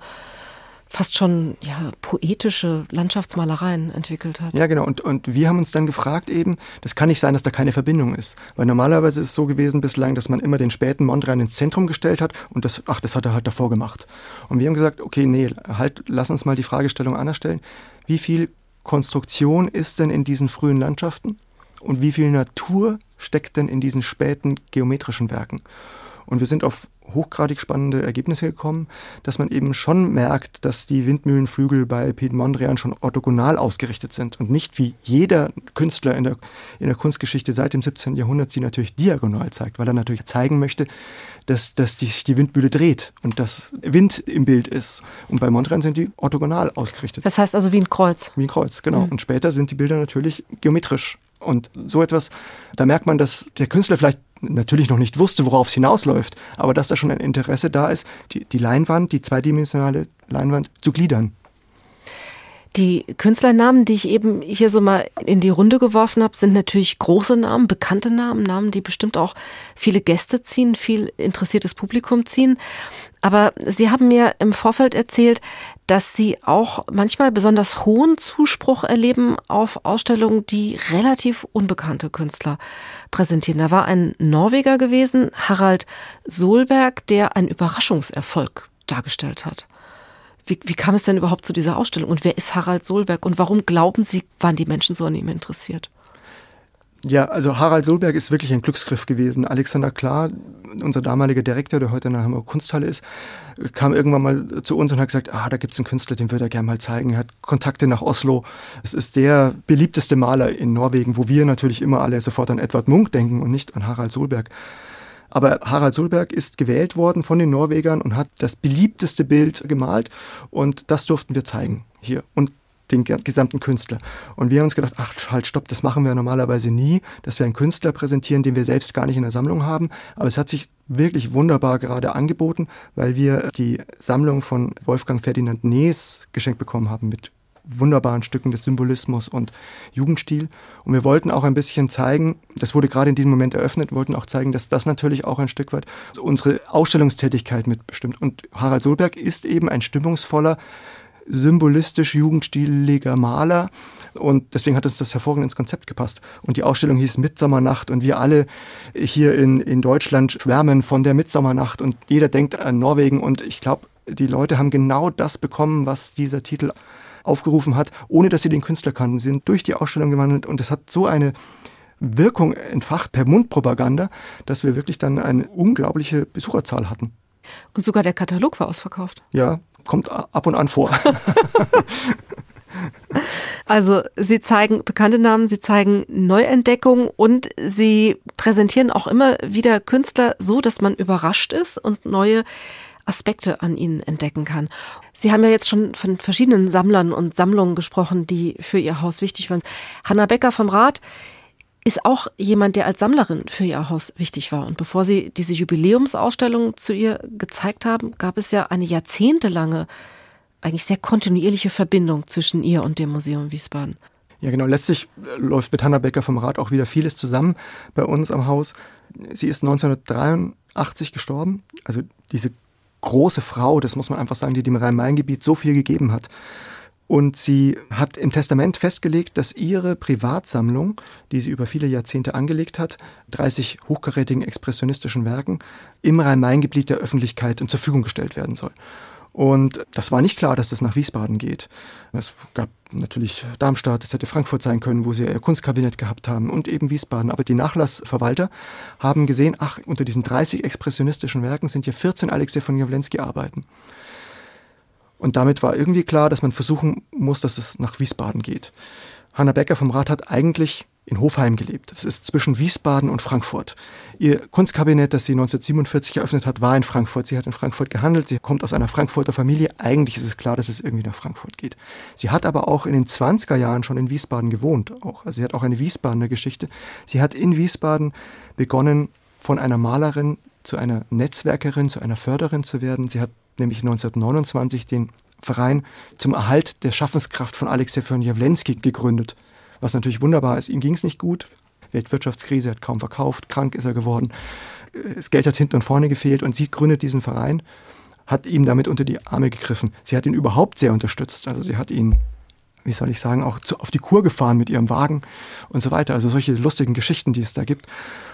fast schon poetische Landschaftsmalereien entwickelt hat. Ja, genau. Und wir haben uns dann gefragt eben, das kann nicht sein, dass da keine Verbindung ist. Weil normalerweise ist es so gewesen bislang, dass man immer den späten Mondrian ins Zentrum gestellt hat und das hat er halt davor gemacht. Und wir haben gesagt, okay, nee, lass uns mal die Fragestellung anders stellen. Wie viel Konstruktion ist denn in diesen frühen Landschaften und wie viel Natur steckt denn in diesen späten geometrischen Werken? Und wir sind auf hochgradig spannende Ergebnisse gekommen, dass man eben schon merkt, dass die Windmühlenflügel bei Piet Mondrian schon orthogonal ausgerichtet sind und nicht wie jeder Künstler in der Kunstgeschichte seit dem 17. Jahrhundert sie natürlich diagonal zeigt, weil er natürlich zeigen möchte, dass sich die Windmühle dreht und dass Wind im Bild ist. Und bei Mondrian sind die orthogonal ausgerichtet. Das heißt also wie ein Kreuz. Wie ein Kreuz, genau. Und später sind die Bilder natürlich geometrisch. Und so etwas, da merkt man, dass der Künstler vielleicht natürlich noch nicht wusste, worauf es hinausläuft, aber dass da schon ein Interesse da ist, die Leinwand, die zweidimensionale Leinwand zu gliedern. Die Künstlernamen, die ich eben hier so mal in die Runde geworfen habe, sind natürlich große Namen, bekannte Namen, die bestimmt auch viele Gäste ziehen, viel interessiertes Publikum ziehen. Aber Sie haben mir im Vorfeld erzählt, dass Sie auch manchmal besonders hohen Zuspruch erleben auf Ausstellungen, die relativ unbekannte Künstler präsentieren. Da war ein Norweger gewesen, Harald Solberg, der einen Überraschungserfolg dargestellt hat. Wie kam es denn überhaupt zu dieser Ausstellung? Und wer ist Harald Solberg? Und warum glauben Sie, waren die Menschen so an ihm interessiert? Ja, also Harald Solberg ist wirklich ein Glücksgriff gewesen. Alexander Klar, unser damaliger Direktor, der heute in der Hamburger Kunsthalle ist, kam irgendwann mal zu uns und hat gesagt, da gibt es einen Künstler, den würde er gerne mal zeigen. Er hat Kontakte nach Oslo. Es ist der beliebteste Maler in Norwegen, wo wir natürlich immer alle sofort an Edvard Munch denken und nicht an Harald Solberg. Aber Harald Solberg ist gewählt worden von den Norwegern und hat das beliebteste Bild gemalt und das durften wir zeigen hier und den gesamten Künstler. Und wir haben uns gedacht, halt, stopp, das machen wir normalerweise nie, dass wir einen Künstler präsentieren, den wir selbst gar nicht in der Sammlung haben. Aber es hat sich wirklich wunderbar gerade angeboten, weil wir die Sammlung von Wolfgang Ferdinand Nees geschenkt bekommen haben mit wunderbaren Stücken des Symbolismus und Jugendstil. Und wir wollten auch ein bisschen zeigen, das wurde gerade in diesem Moment eröffnet, wollten auch zeigen, dass das natürlich auch ein Stück weit unsere Ausstellungstätigkeit mitbestimmt. Und Harald Solberg ist eben ein stimmungsvoller, symbolistisch jugendstiliger Maler. Und deswegen hat uns das hervorragend ins Konzept gepasst. Und die Ausstellung hieß Mitsommernacht und wir alle hier in Deutschland schwärmen von der Mitsommernacht und jeder denkt an Norwegen. Und ich glaube, die Leute haben genau das bekommen, was dieser Titel aufgerufen hat, ohne dass sie den Künstler kannten. Sie sind durch die Ausstellung gewandelt und es hat so eine Wirkung entfacht per Mundpropaganda, dass wir wirklich dann eine unglaubliche Besucherzahl hatten. Und sogar der Katalog war ausverkauft. Ja, kommt ab und an vor. Also Sie zeigen bekannte Namen, Sie zeigen Neuentdeckungen und Sie präsentieren auch immer wieder Künstler so, dass man überrascht ist und neue Aspekte an ihnen entdecken kann. Sie haben ja jetzt schon von verschiedenen Sammlern und Sammlungen gesprochen, die für Ihr Haus wichtig waren. Hanna Becker vom Rath ist auch jemand, der als Sammlerin für Ihr Haus wichtig war. Und bevor Sie diese Jubiläumsausstellung zu ihr gezeigt haben, gab es ja eine jahrzehntelange, eigentlich sehr kontinuierliche Verbindung zwischen ihr und dem Museum Wiesbaden. Ja genau, letztlich läuft mit Hanna Becker vom Rath auch wieder vieles zusammen bei uns am Haus. Sie ist 1983 gestorben, also diese große Frau, das muss man einfach sagen, die dem Rhein-Main-Gebiet so viel gegeben hat. Und sie hat im Testament festgelegt, dass ihre Privatsammlung, die sie über viele Jahrzehnte angelegt hat, 30 hochkarätigen expressionistischen Werken, im Rhein-Main-Gebiet der Öffentlichkeit zur Verfügung gestellt werden soll. Und das war nicht klar, dass das nach Wiesbaden geht. Es gab natürlich Darmstadt, es hätte Frankfurt sein können, wo sie ihr Kunstkabinett gehabt haben und eben Wiesbaden. Aber die Nachlassverwalter haben gesehen, ach, unter diesen 30 expressionistischen Werken sind ja 14 Alexej von Jawlensky-Arbeiten. Und damit war irgendwie klar, dass man versuchen muss, dass es nach Wiesbaden geht. Hanna Becker vom Rath hat eigentlich in Hofheim gelebt. Das ist zwischen Wiesbaden und Frankfurt. Ihr Kunstkabinett, das sie 1947 eröffnet hat, war in Frankfurt. Sie hat in Frankfurt gehandelt. Sie kommt aus einer Frankfurter Familie. Eigentlich ist es klar, dass es irgendwie nach Frankfurt geht. Sie hat aber auch in den 20er Jahren schon in Wiesbaden gewohnt. Also sie hat auch eine Wiesbadener Geschichte. Sie hat in Wiesbaden begonnen, von einer Malerin zu einer Netzwerkerin, zu einer Förderin zu werden. Sie hat nämlich 1929 den Verein zum Erhalt der Schaffenskraft von Alexej von Jawlensky gegründet. Was natürlich wunderbar ist, ihm ging es nicht gut. Weltwirtschaftskrise, hat kaum verkauft, krank ist er geworden. Das Geld hat hinten und vorne gefehlt und sie gründet diesen Verein, hat ihm damit unter die Arme gegriffen. Sie hat ihn überhaupt sehr unterstützt. Also sie hat ihn, wie soll ich sagen, auch auf die Kur gefahren mit ihrem Wagen und so weiter. Also solche lustigen Geschichten, die es da gibt.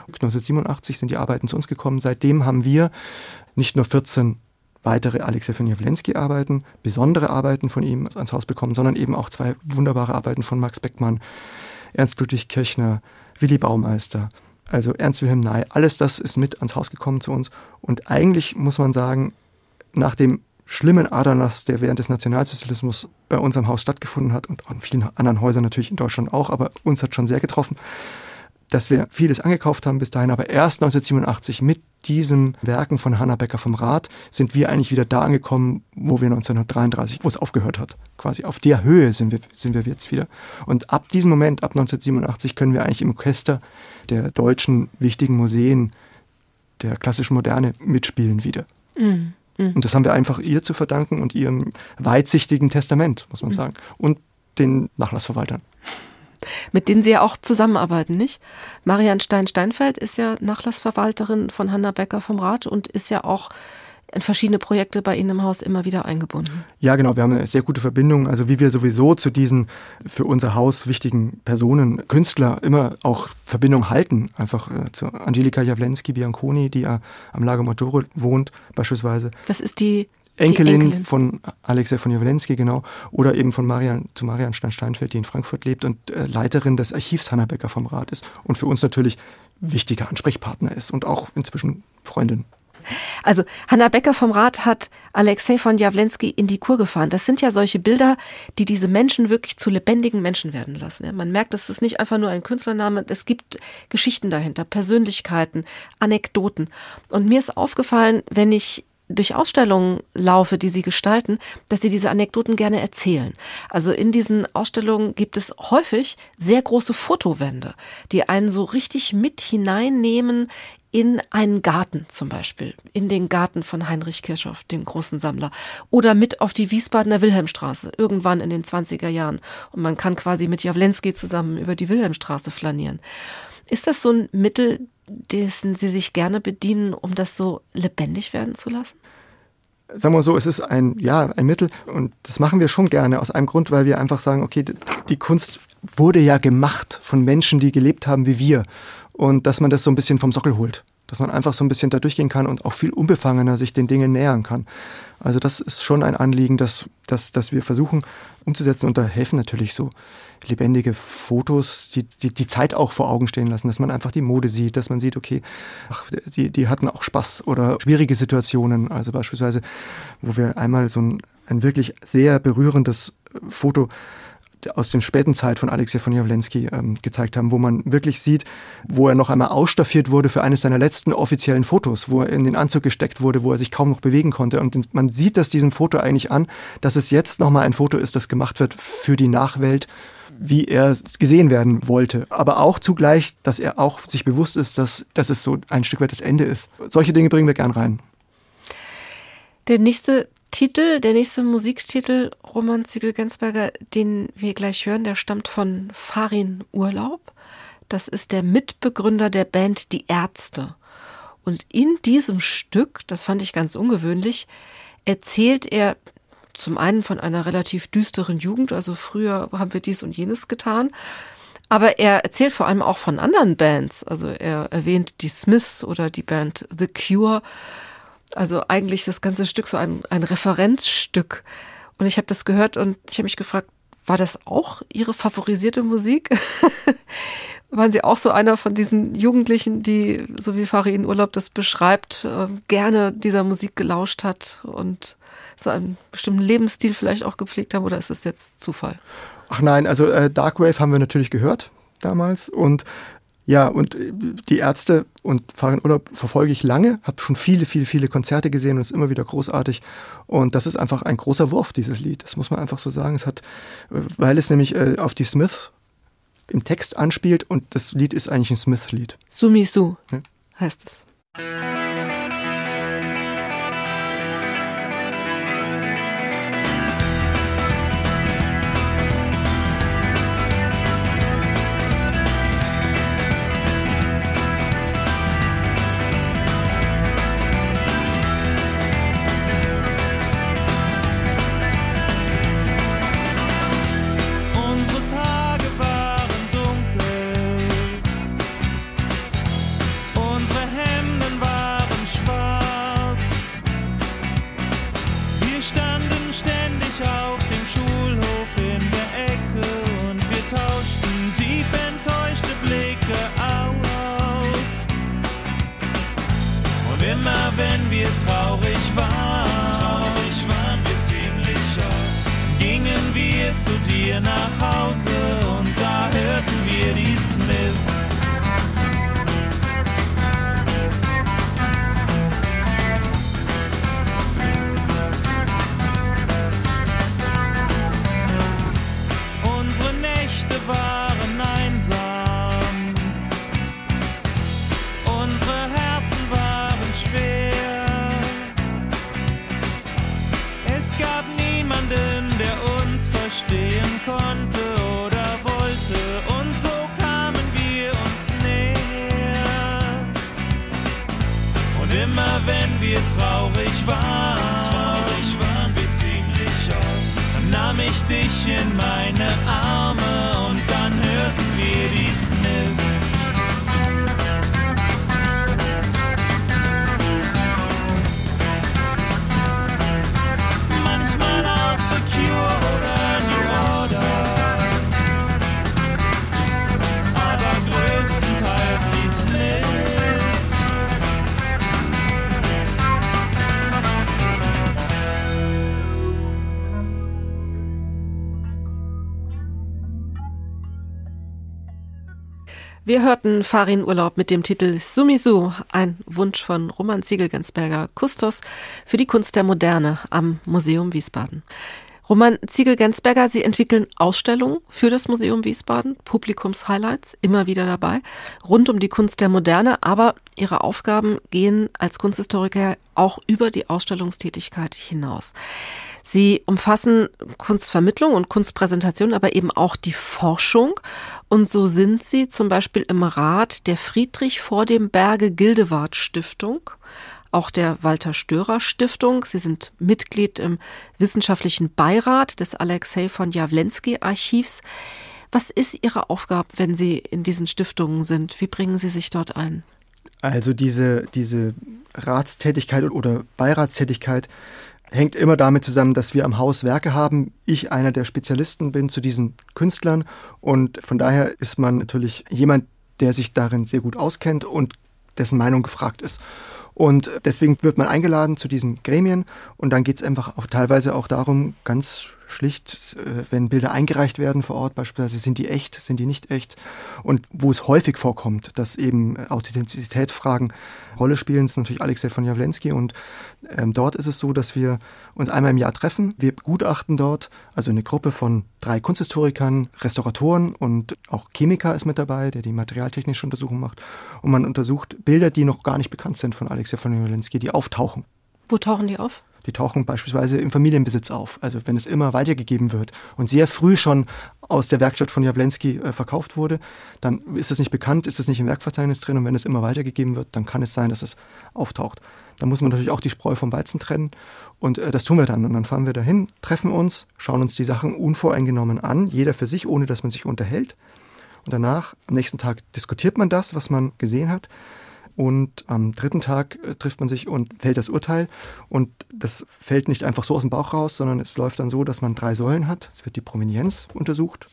1987 sind die Arbeiten zu uns gekommen. Seitdem haben wir nicht nur 14 weitere Alexej von Jawlensky-Arbeiten, besondere Arbeiten von ihm ans Haus bekommen, sondern eben auch 2 wunderbare Arbeiten von Max Beckmann, Ernst Ludwig Kirchner, Willi Baumeister, also Ernst Wilhelm Ney. Alles das ist mit ans Haus gekommen zu uns. Und eigentlich muss man sagen, nach dem schlimmen Aderlass, der während des Nationalsozialismus bei uns am Haus stattgefunden hat und an vielen anderen Häusern natürlich in Deutschland auch, aber uns hat schon sehr getroffen, dass wir vieles angekauft haben bis dahin, aber erst 1987 mit diesen Werken von Hanna Becker vom Rath sind wir eigentlich wieder da angekommen, wo wir 1933, wo es aufgehört hat. Quasi auf der Höhe sind wir jetzt wieder. Und ab diesem Moment, ab 1987, können wir eigentlich im Orchester der deutschen wichtigen Museen der klassischen Moderne mitspielen wieder. Mhm. Und das haben wir einfach ihr zu verdanken und ihrem weitsichtigen Testament, muss man sagen. Und den Nachlassverwaltern. Mit denen Sie ja auch zusammenarbeiten, nicht? Marian Stein-Steinfeld ist ja Nachlassverwalterin von Hanna Becker vom Rath und ist ja auch in verschiedene Projekte bei Ihnen im Haus immer wieder eingebunden. Ja, genau. Wir haben eine sehr gute Verbindung. Also wie wir sowieso zu diesen für unser Haus wichtigen Personen, Künstler, immer auch Verbindung halten. Einfach zu Angelika Jawlensky-Bianconi, die am Lago Maggiore wohnt beispielsweise. Das ist die Enkelin von Alexej von Jawlensky, genau. Oder eben von Marian Stein-Steinfeld, die in Frankfurt lebt und Leiterin des Archivs Hanna Becker vom Rath ist. Und für uns natürlich wichtiger Ansprechpartner ist und auch inzwischen Freundin. Also Hanna Becker vom Rath hat Alexej von Jawlensky in die Kur gefahren. Das sind ja solche Bilder, die diese Menschen wirklich zu lebendigen Menschen werden lassen. Ja, man merkt, das ist nicht einfach nur ein Künstlername, es gibt Geschichten dahinter, Persönlichkeiten, Anekdoten. Und mir ist aufgefallen, wenn ich durch Ausstellungen laufe, die sie gestalten, dass sie diese Anekdoten gerne erzählen. Also in diesen Ausstellungen gibt es häufig sehr große Fotowände, die einen so richtig mit hineinnehmen in einen Garten zum Beispiel, in den Garten von Heinrich Kirchhoff, dem großen Sammler, oder mit auf die Wiesbadener Wilhelmstraße, irgendwann in den 20er Jahren. Und man kann quasi mit Jawlensky zusammen über die Wilhelmstraße flanieren. Ist das so ein Mittel, dessen Sie sich gerne bedienen, um das so lebendig werden zu lassen? sagen wir so, es ist ein Mittel und das machen wir schon gerne aus einem Grund, weil wir einfach sagen, okay, die Kunst wurde ja gemacht von Menschen, die gelebt haben wie wir und dass man das so ein bisschen vom Sockel holt, dass man einfach so ein bisschen da durchgehen kann und auch viel unbefangener sich den Dingen nähern kann. Also das ist schon ein Anliegen, das wir versuchen umzusetzen und da helfen natürlich so lebendige Fotos, die Zeit auch vor Augen stehen lassen, dass man einfach die Mode sieht, dass man sieht, okay, die hatten auch Spaß oder schwierige Situationen, also beispielsweise, wo wir einmal so ein wirklich sehr berührendes Foto aus der späten Zeit von Alexej von Jawlensky gezeigt haben, wo man wirklich sieht, wo er noch einmal ausstaffiert wurde für eines seiner letzten offiziellen Fotos, wo er in den Anzug gesteckt wurde, wo er sich kaum noch bewegen konnte. Und man sieht das diesem Foto eigentlich an, dass es jetzt nochmal ein Foto ist, das gemacht wird für die Nachwelt, wie er gesehen werden wollte. Aber auch zugleich, dass er auch sich bewusst ist, dass es so ein Stück weit das Ende ist. Solche Dinge bringen wir gern rein. Der nächste Musiktitel, Roman Ziegel-Gensberger, den wir gleich hören, der stammt von Farin Urlaub. Das ist der Mitbegründer der Band Die Ärzte. Und in diesem Stück, das fand ich ganz ungewöhnlich, erzählt er zum einen von einer relativ düsteren Jugend, also früher haben wir dies und jenes getan, aber er erzählt vor allem auch von anderen Bands. Also er erwähnt die Smiths oder die Band The Cure. Also eigentlich das ganze Stück so ein Referenzstück. Und ich habe das gehört und ich habe mich gefragt, war das auch Ihre favorisierte Musik? Waren Sie auch so einer von diesen Jugendlichen, die, so wie Farin Urlaub das beschreibt, gerne dieser Musik gelauscht hat und so einen bestimmten Lebensstil vielleicht auch gepflegt haben? Oder ist es jetzt Zufall? Ach nein, also Darkwave haben wir natürlich gehört damals und ja, und die Ärzte und Farin Urlaub verfolge ich lange, habe schon viele Konzerte gesehen und es ist immer wieder großartig. Und das ist einfach ein großer Wurf, dieses Lied. Das muss man einfach so sagen. Es hat, weil es nämlich auf die Smiths im Text anspielt und das Lied ist eigentlich ein Smith-Lied. Sumi Su heißt es. Wir hörten Farin Urlaub mit dem Titel Sumi Su, ein Wunsch von Roman Ziegel-Gensberger, Kustos für die Kunst der Moderne am Museum Wiesbaden. Roman Ziegel-Gensberger, Sie entwickeln Ausstellungen für das Museum Wiesbaden, Publikumshighlights, immer wieder dabei, rund um die Kunst der Moderne, aber Ihre Aufgaben gehen als Kunsthistoriker auch über die Ausstellungstätigkeit hinaus. Sie umfassen Kunstvermittlung und Kunstpräsentation, aber eben auch die Forschung. Und so sind Sie zum Beispiel im Rat der Friedrich vor dem Berge Gildewart Stiftung, auch der Walter-Störer-Stiftung. Sie sind Mitglied im wissenschaftlichen Beirat des Alexei von Jawlensky-Archivs. Was ist Ihre Aufgabe, wenn Sie in diesen Stiftungen sind? Wie bringen Sie sich dort ein? Also diese Ratstätigkeit oder Beiratstätigkeit hängt immer damit zusammen, dass wir am Haus Werke haben. Ich einer der Spezialisten bin zu diesen Künstlern und von daher ist man natürlich jemand, der sich darin sehr gut auskennt und dessen Meinung gefragt ist. Und deswegen wird man eingeladen zu diesen Gremien und dann geht es einfach auch teilweise auch darum, ganz schlicht, wenn Bilder eingereicht werden vor Ort, beispielsweise sind die echt, sind die nicht echt, und wo es häufig vorkommt, dass eben Authentizitätsfragen Rolle spielen, ist natürlich Alexei von Jawlensky und dort ist es so, dass wir uns einmal im Jahr treffen. Wir begutachten dort, also eine Gruppe von 3 Kunsthistorikern, Restauratoren und auch Chemiker ist mit dabei, der die materialtechnische Untersuchung macht und man untersucht Bilder, die noch gar nicht bekannt sind von Alexei von Jawlensky, die auftauchen. Wo tauchen die auf? Die tauchen beispielsweise im Familienbesitz auf, also wenn es immer weitergegeben wird und sehr früh schon aus der Werkstatt von Jawlensky verkauft wurde, dann ist es nicht bekannt, ist es nicht im Werkverzeichnis drin und wenn es immer weitergegeben wird, dann kann es sein, dass es auftaucht. Da muss man natürlich auch die Spreu vom Weizen trennen und das tun wir dann. Und dann fahren wir dahin, treffen uns, schauen uns die Sachen unvoreingenommen an, jeder für sich, ohne dass man sich unterhält. Und danach, am nächsten Tag, diskutiert man das, was man gesehen hat. Und am 3. Tag trifft man sich und fällt das Urteil. Und das fällt nicht einfach so aus dem Bauch raus, sondern es läuft dann so, dass man 3 Säulen hat. Es wird die Provenienz untersucht.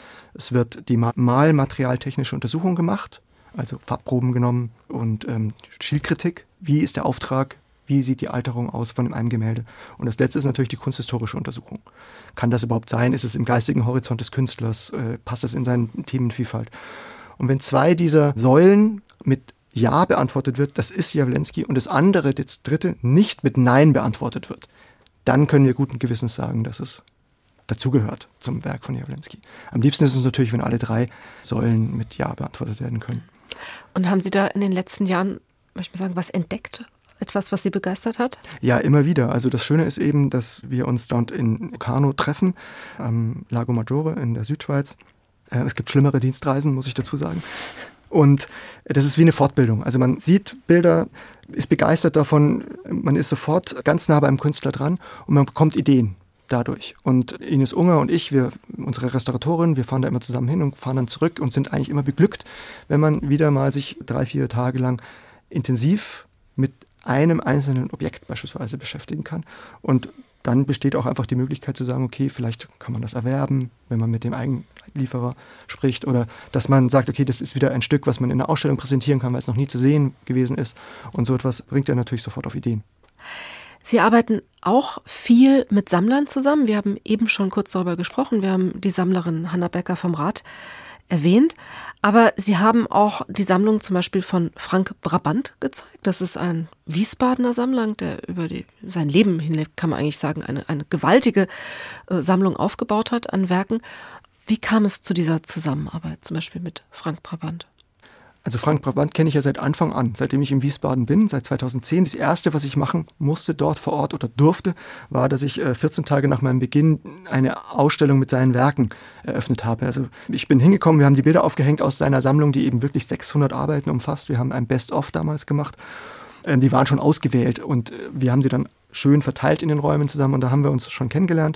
Es wird die malmaterialtechnische Untersuchung gemacht, also Farbproben genommen und Stilkritik. Wie ist der Auftrag? Wie sieht die Alterung aus von einem Gemälde? Und das letzte ist natürlich die kunsthistorische Untersuchung. Kann das überhaupt sein? Ist es im geistigen Horizont des Künstlers? Passt es in seine Themenvielfalt? Und wenn 2 dieser Säulen mit Ja beantwortet wird, das ist Jawlensky, und das andere, das dritte, nicht mit Nein beantwortet wird, dann können wir guten Gewissens sagen, dass es dazugehört zum Werk von Jawlensky. Am liebsten ist es natürlich, wenn alle 3 Säulen mit Ja beantwortet werden können. Und haben Sie da in den letzten Jahren, möchte ich mal sagen, was entdeckt? Etwas, was Sie begeistert hat? Ja, immer wieder. Also das Schöne ist eben, dass wir uns dort in Locarno treffen, am Lago Maggiore in der Südschweiz. Es gibt schlimmere Dienstreisen, muss ich dazu sagen. Und das ist wie eine Fortbildung. Also man sieht Bilder, ist begeistert davon, man ist sofort ganz nah beim Künstler dran und man bekommt Ideen dadurch. Und Ines Unger und ich, unsere Restauratorin, wir fahren da immer zusammen hin und fahren dann zurück und sind eigentlich immer beglückt, wenn man wieder mal sich 3-4 Tage lang intensiv mit einem einzelnen Objekt beispielsweise beschäftigen kann. Und dann besteht auch einfach die Möglichkeit zu sagen, okay, vielleicht kann man das erwerben, wenn man mit dem Eigenlieferer spricht, oder dass man sagt, okay, das ist wieder ein Stück, was man in der Ausstellung präsentieren kann, weil es noch nie zu sehen gewesen ist. Und so etwas bringt er natürlich sofort auf Ideen. Sie arbeiten auch viel mit Sammlern zusammen. Wir haben eben schon kurz darüber gesprochen. Wir haben die Sammlerin Hanna Becker vom Rat erwähnt. Aber Sie haben auch die Sammlung zum Beispiel von Frank Brabant gezeigt. Das ist ein Wiesbadener Sammler, der über sein Leben hinweg, kann man eigentlich sagen, eine gewaltige Sammlung aufgebaut hat an Werken. Wie kam es zu dieser Zusammenarbeit, zum Beispiel mit Frank Brabant? Also Frank Brabant kenne ich ja seit Anfang an, seitdem ich in Wiesbaden bin, seit 2010. Das Erste, was ich machen musste dort vor Ort oder durfte, war, dass ich 14 Tage nach meinem Beginn eine Ausstellung mit seinen Werken eröffnet habe. Also ich bin hingekommen, wir haben die Bilder aufgehängt aus seiner Sammlung, die eben wirklich 600 Arbeiten umfasst. Wir haben ein Best-of damals gemacht. Die waren schon ausgewählt und wir haben sie dann schön verteilt in den Räumen zusammen und da haben wir uns schon kennengelernt.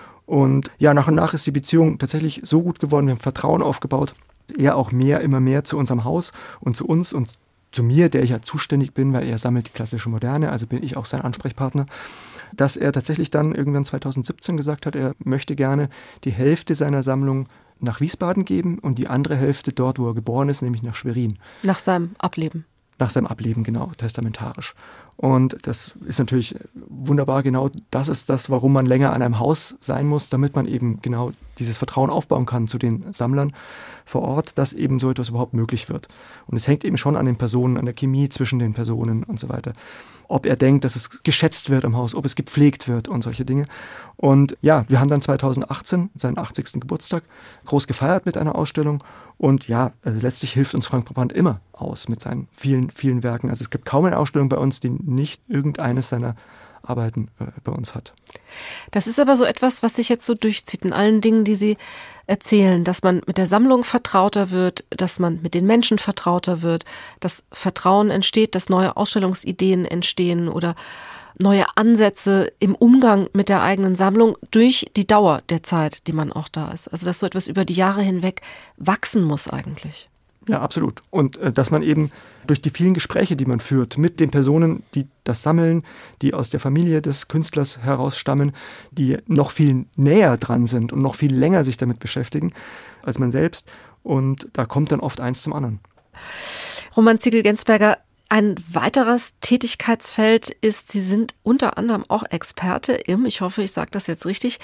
Und ja, nach und nach ist die Beziehung tatsächlich so gut geworden, wir haben Vertrauen aufgebaut. Er auch immer mehr zu unserem Haus und zu uns und zu mir, der ich ja zuständig bin, weil er sammelt die klassische Moderne, also bin ich auch sein Ansprechpartner, dass er tatsächlich dann irgendwann 2017 gesagt hat, er möchte gerne die Hälfte seiner Sammlung nach Wiesbaden geben und die andere Hälfte dort, wo er geboren ist, nämlich nach Schwerin. Nach seinem Ableben. Nach seinem Ableben, genau, testamentarisch. Und das ist natürlich wunderbar, genau das ist das, warum man länger an einem Haus sein muss, damit man eben genau dieses Vertrauen aufbauen kann zu den Sammlern vor Ort, dass eben so etwas überhaupt möglich wird. Und es hängt eben schon an den Personen, an der Chemie zwischen den Personen und so weiter. Ob er denkt, dass es geschätzt wird am Haus, ob es gepflegt wird und solche Dinge. Und ja, wir haben dann 2018 seinen 80. Geburtstag groß gefeiert mit einer Ausstellung. Und ja, also letztlich hilft uns Frank Brabant immer aus mit seinen vielen, vielen Werken. Also es gibt kaum eine Ausstellung bei uns, die nicht irgendeines seiner Arbeiten bei uns hat. Das ist aber so etwas, was sich jetzt so durchzieht in allen Dingen, die Sie erzählen, dass man mit der Sammlung vertrauter wird, dass man mit den Menschen vertrauter wird, dass Vertrauen entsteht, dass neue Ausstellungsideen entstehen oder neue Ansätze im Umgang mit der eigenen Sammlung durch die Dauer der Zeit, die man auch da ist. Also dass so etwas über die Jahre hinweg wachsen muss eigentlich. Ja, absolut. Und dass man eben durch die vielen Gespräche, die man führt mit den Personen, die das sammeln, die aus der Familie des Künstlers herausstammen, die noch viel näher dran sind und noch viel länger sich damit beschäftigen als man selbst. Und da kommt dann oft eins zum anderen. Roman Ziegel-Gensberger, ein weiteres Tätigkeitsfeld ist, Sie sind unter anderem auch Experte im, ich hoffe, ich sage das jetzt richtig,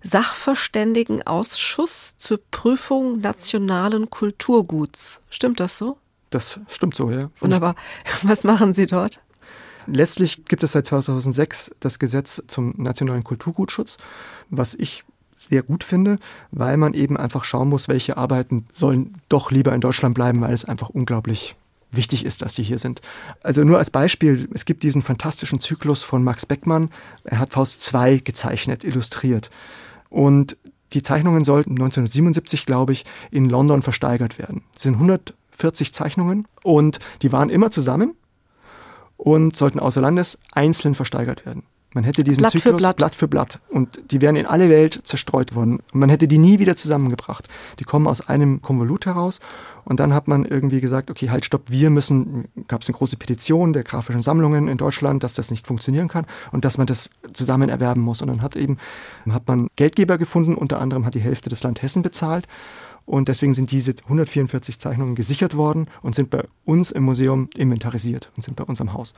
Sachverständigenausschuss zur Prüfung nationalen Kulturguts. Stimmt das so? Das stimmt so, ja. Wunderbar. Was machen Sie dort? Letztlich gibt es seit 2006 das Gesetz zum nationalen Kulturgutschutz, was ich sehr gut finde, weil man eben einfach schauen muss, welche Arbeiten sollen doch lieber in Deutschland bleiben, weil es einfach unglaublich wichtig ist, dass die hier sind. Also nur als Beispiel, es gibt diesen fantastischen Zyklus von Max Beckmann. Er hat Faust II gezeichnet, illustriert. Und die Zeichnungen sollten 1977, glaube ich, in London versteigert werden. Es sind 140 Zeichnungen und die waren immer zusammen und sollten außer Landes einzeln versteigert werden. Man hätte diesen Zyklus Blatt für Blatt und die wären in alle Welt zerstreut worden. Und man hätte die nie wieder zusammengebracht. Die kommen aus einem Konvolut heraus und dann hat man irgendwie gesagt, okay, halt stopp, gab es eine große Petition der grafischen Sammlungen in Deutschland, dass das nicht funktionieren kann und dass man das zusammen erwerben muss. Und dann hat man Geldgeber gefunden, unter anderem hat die Hälfte des Land Hessen bezahlt. Und deswegen sind diese 144 Zeichnungen gesichert worden und sind bei uns im Museum inventarisiert und sind bei uns am Haus.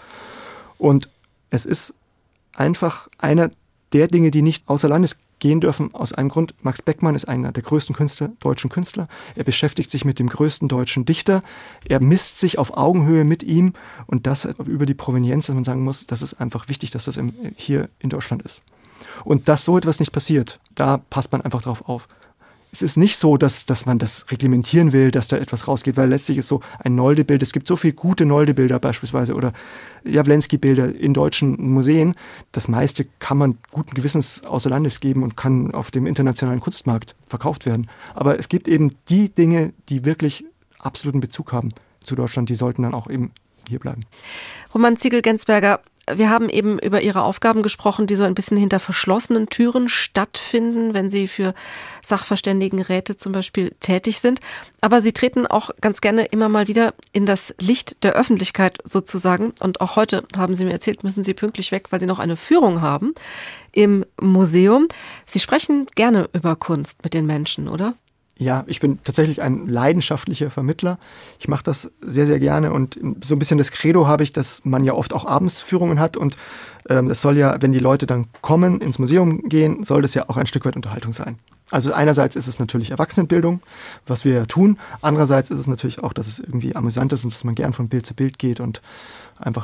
Und es ist einfach einer der Dinge, die nicht außer Landes gehen dürfen, aus einem Grund. Max Beckmann ist einer der größten deutschen Künstler. Er beschäftigt sich mit dem größten deutschen Dichter. Er misst sich auf Augenhöhe mit ihm und das über die Provenienz, dass man sagen muss, das ist einfach wichtig, dass das hier in Deutschland ist. Und dass so etwas nicht passiert, da passt man einfach drauf auf. Es ist nicht so, dass man das reglementieren will, dass da etwas rausgeht, weil letztlich ist so ein Nolde-Bild, es gibt so viele gute Nolde-Bilder beispielsweise oder Jawlensky-Bilder in deutschen Museen. Das meiste kann man guten Gewissens außer Landes geben und kann auf dem internationalen Kunstmarkt verkauft werden. Aber es gibt eben die Dinge, die wirklich absoluten Bezug haben zu Deutschland, die sollten dann auch eben hier bleiben. Roman Ziegel-Gensberger, wir haben eben über Ihre Aufgaben gesprochen, die so ein bisschen hinter verschlossenen Türen stattfinden, wenn Sie für Sachverständigenräte zum Beispiel tätig sind. Aber Sie treten auch ganz gerne immer mal wieder in das Licht der Öffentlichkeit sozusagen. Und auch heute, haben Sie mir erzählt, müssen Sie pünktlich weg, weil Sie noch eine Führung haben im Museum. Sie sprechen gerne über Kunst mit den Menschen, oder? Ja, ich bin tatsächlich ein leidenschaftlicher Vermittler. Ich mache das sehr, sehr gerne und so ein bisschen das Credo habe ich, dass man ja oft auch abends Führungen hat und es soll ja, wenn die Leute dann kommen, ins Museum gehen, soll das ja auch ein Stück weit Unterhaltung sein. Also einerseits ist es natürlich Erwachsenenbildung, was wir ja tun. Andererseits ist es natürlich auch, dass es irgendwie amüsant ist und dass man gern von Bild zu Bild geht und einfach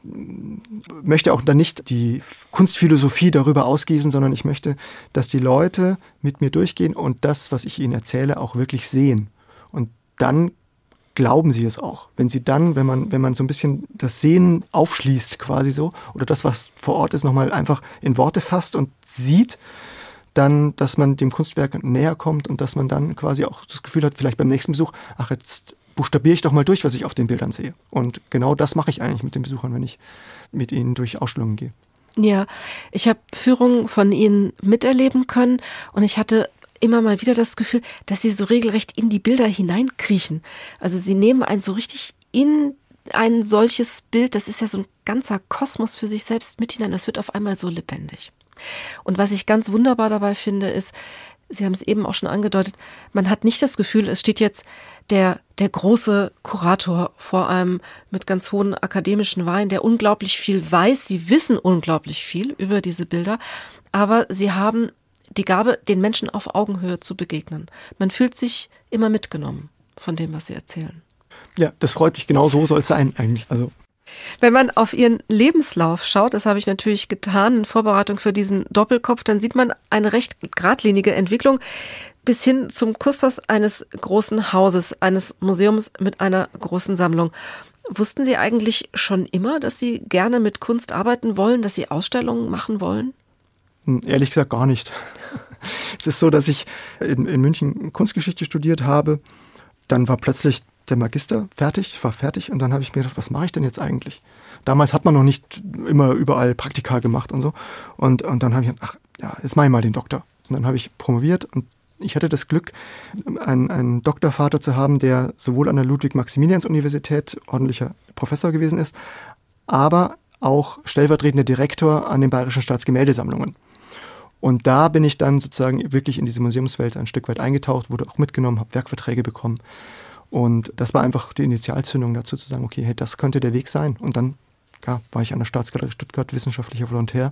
möchte auch dann nicht die Kunstphilosophie darüber ausgießen, sondern ich möchte, dass die Leute mit mir durchgehen und das, was ich ihnen erzähle, auch wirklich sehen. Und dann glauben sie es auch. Wenn man so ein bisschen das Sehen aufschließt quasi so oder das, was vor Ort ist, nochmal einfach in Worte fasst und sieht, dann, dass man dem Kunstwerk näher kommt und dass man dann quasi auch das Gefühl hat, vielleicht beim nächsten Besuch, ach, jetzt buchstabiere ich doch mal durch, was ich auf den Bildern sehe. Und genau das mache ich eigentlich mit den Besuchern, wenn ich mit ihnen durch Ausstellungen gehe. Ja, ich habe Führungen von Ihnen miterleben können und ich hatte immer mal wieder das Gefühl, dass Sie so regelrecht in die Bilder hineinkriechen. Also Sie nehmen einen so richtig in ein solches Bild, das ist ja so ein ganzer Kosmos für sich selbst mit hinein, das wird auf einmal so lebendig. Und was ich ganz wunderbar dabei finde, ist, Sie haben es eben auch schon angedeutet, man hat nicht das Gefühl, es steht jetzt der große Kurator vor einem mit ganz hohen akademischen Wein, der unglaublich viel weiß. Sie wissen unglaublich viel über diese Bilder, aber sie haben die Gabe, den Menschen auf Augenhöhe zu begegnen. Man fühlt sich immer mitgenommen von dem, was sie erzählen. Ja, das freut mich. Genau so soll es sein eigentlich. Also wenn man auf Ihren Lebenslauf schaut, das habe ich natürlich getan in Vorbereitung für diesen Doppelkopf, dann sieht man eine recht geradlinige Entwicklung bis hin zum Kustos eines großen Hauses, eines Museums mit einer großen Sammlung. Wussten Sie eigentlich schon immer, dass Sie gerne mit Kunst arbeiten wollen, dass Sie Ausstellungen machen wollen? Ehrlich gesagt gar nicht. Es ist so, dass ich in München Kunstgeschichte studiert habe. Dann war plötzlich der Magister fertig, ich war fertig und dann habe ich mir gedacht, was mache ich denn jetzt eigentlich? Damals hat man noch nicht immer überall Praktika gemacht und so. Und dann habe ich gedacht, jetzt mache ich mal den Doktor. Und dann habe ich promoviert und ich hatte das Glück, einen Doktorvater zu haben, der sowohl an der Ludwig-Maximilians-Universität ordentlicher Professor gewesen ist, aber auch stellvertretender Direktor an den Bayerischen Staatsgemäldesammlungen. Und da bin ich dann sozusagen wirklich in diese Museumswelt ein Stück weit eingetaucht, wurde auch mitgenommen, habe Werkverträge bekommen. Und das war einfach die Initialzündung dazu zu sagen, okay, hey, das könnte der Weg sein. Und dann war ich an der Staatsgalerie Stuttgart wissenschaftlicher Volontär,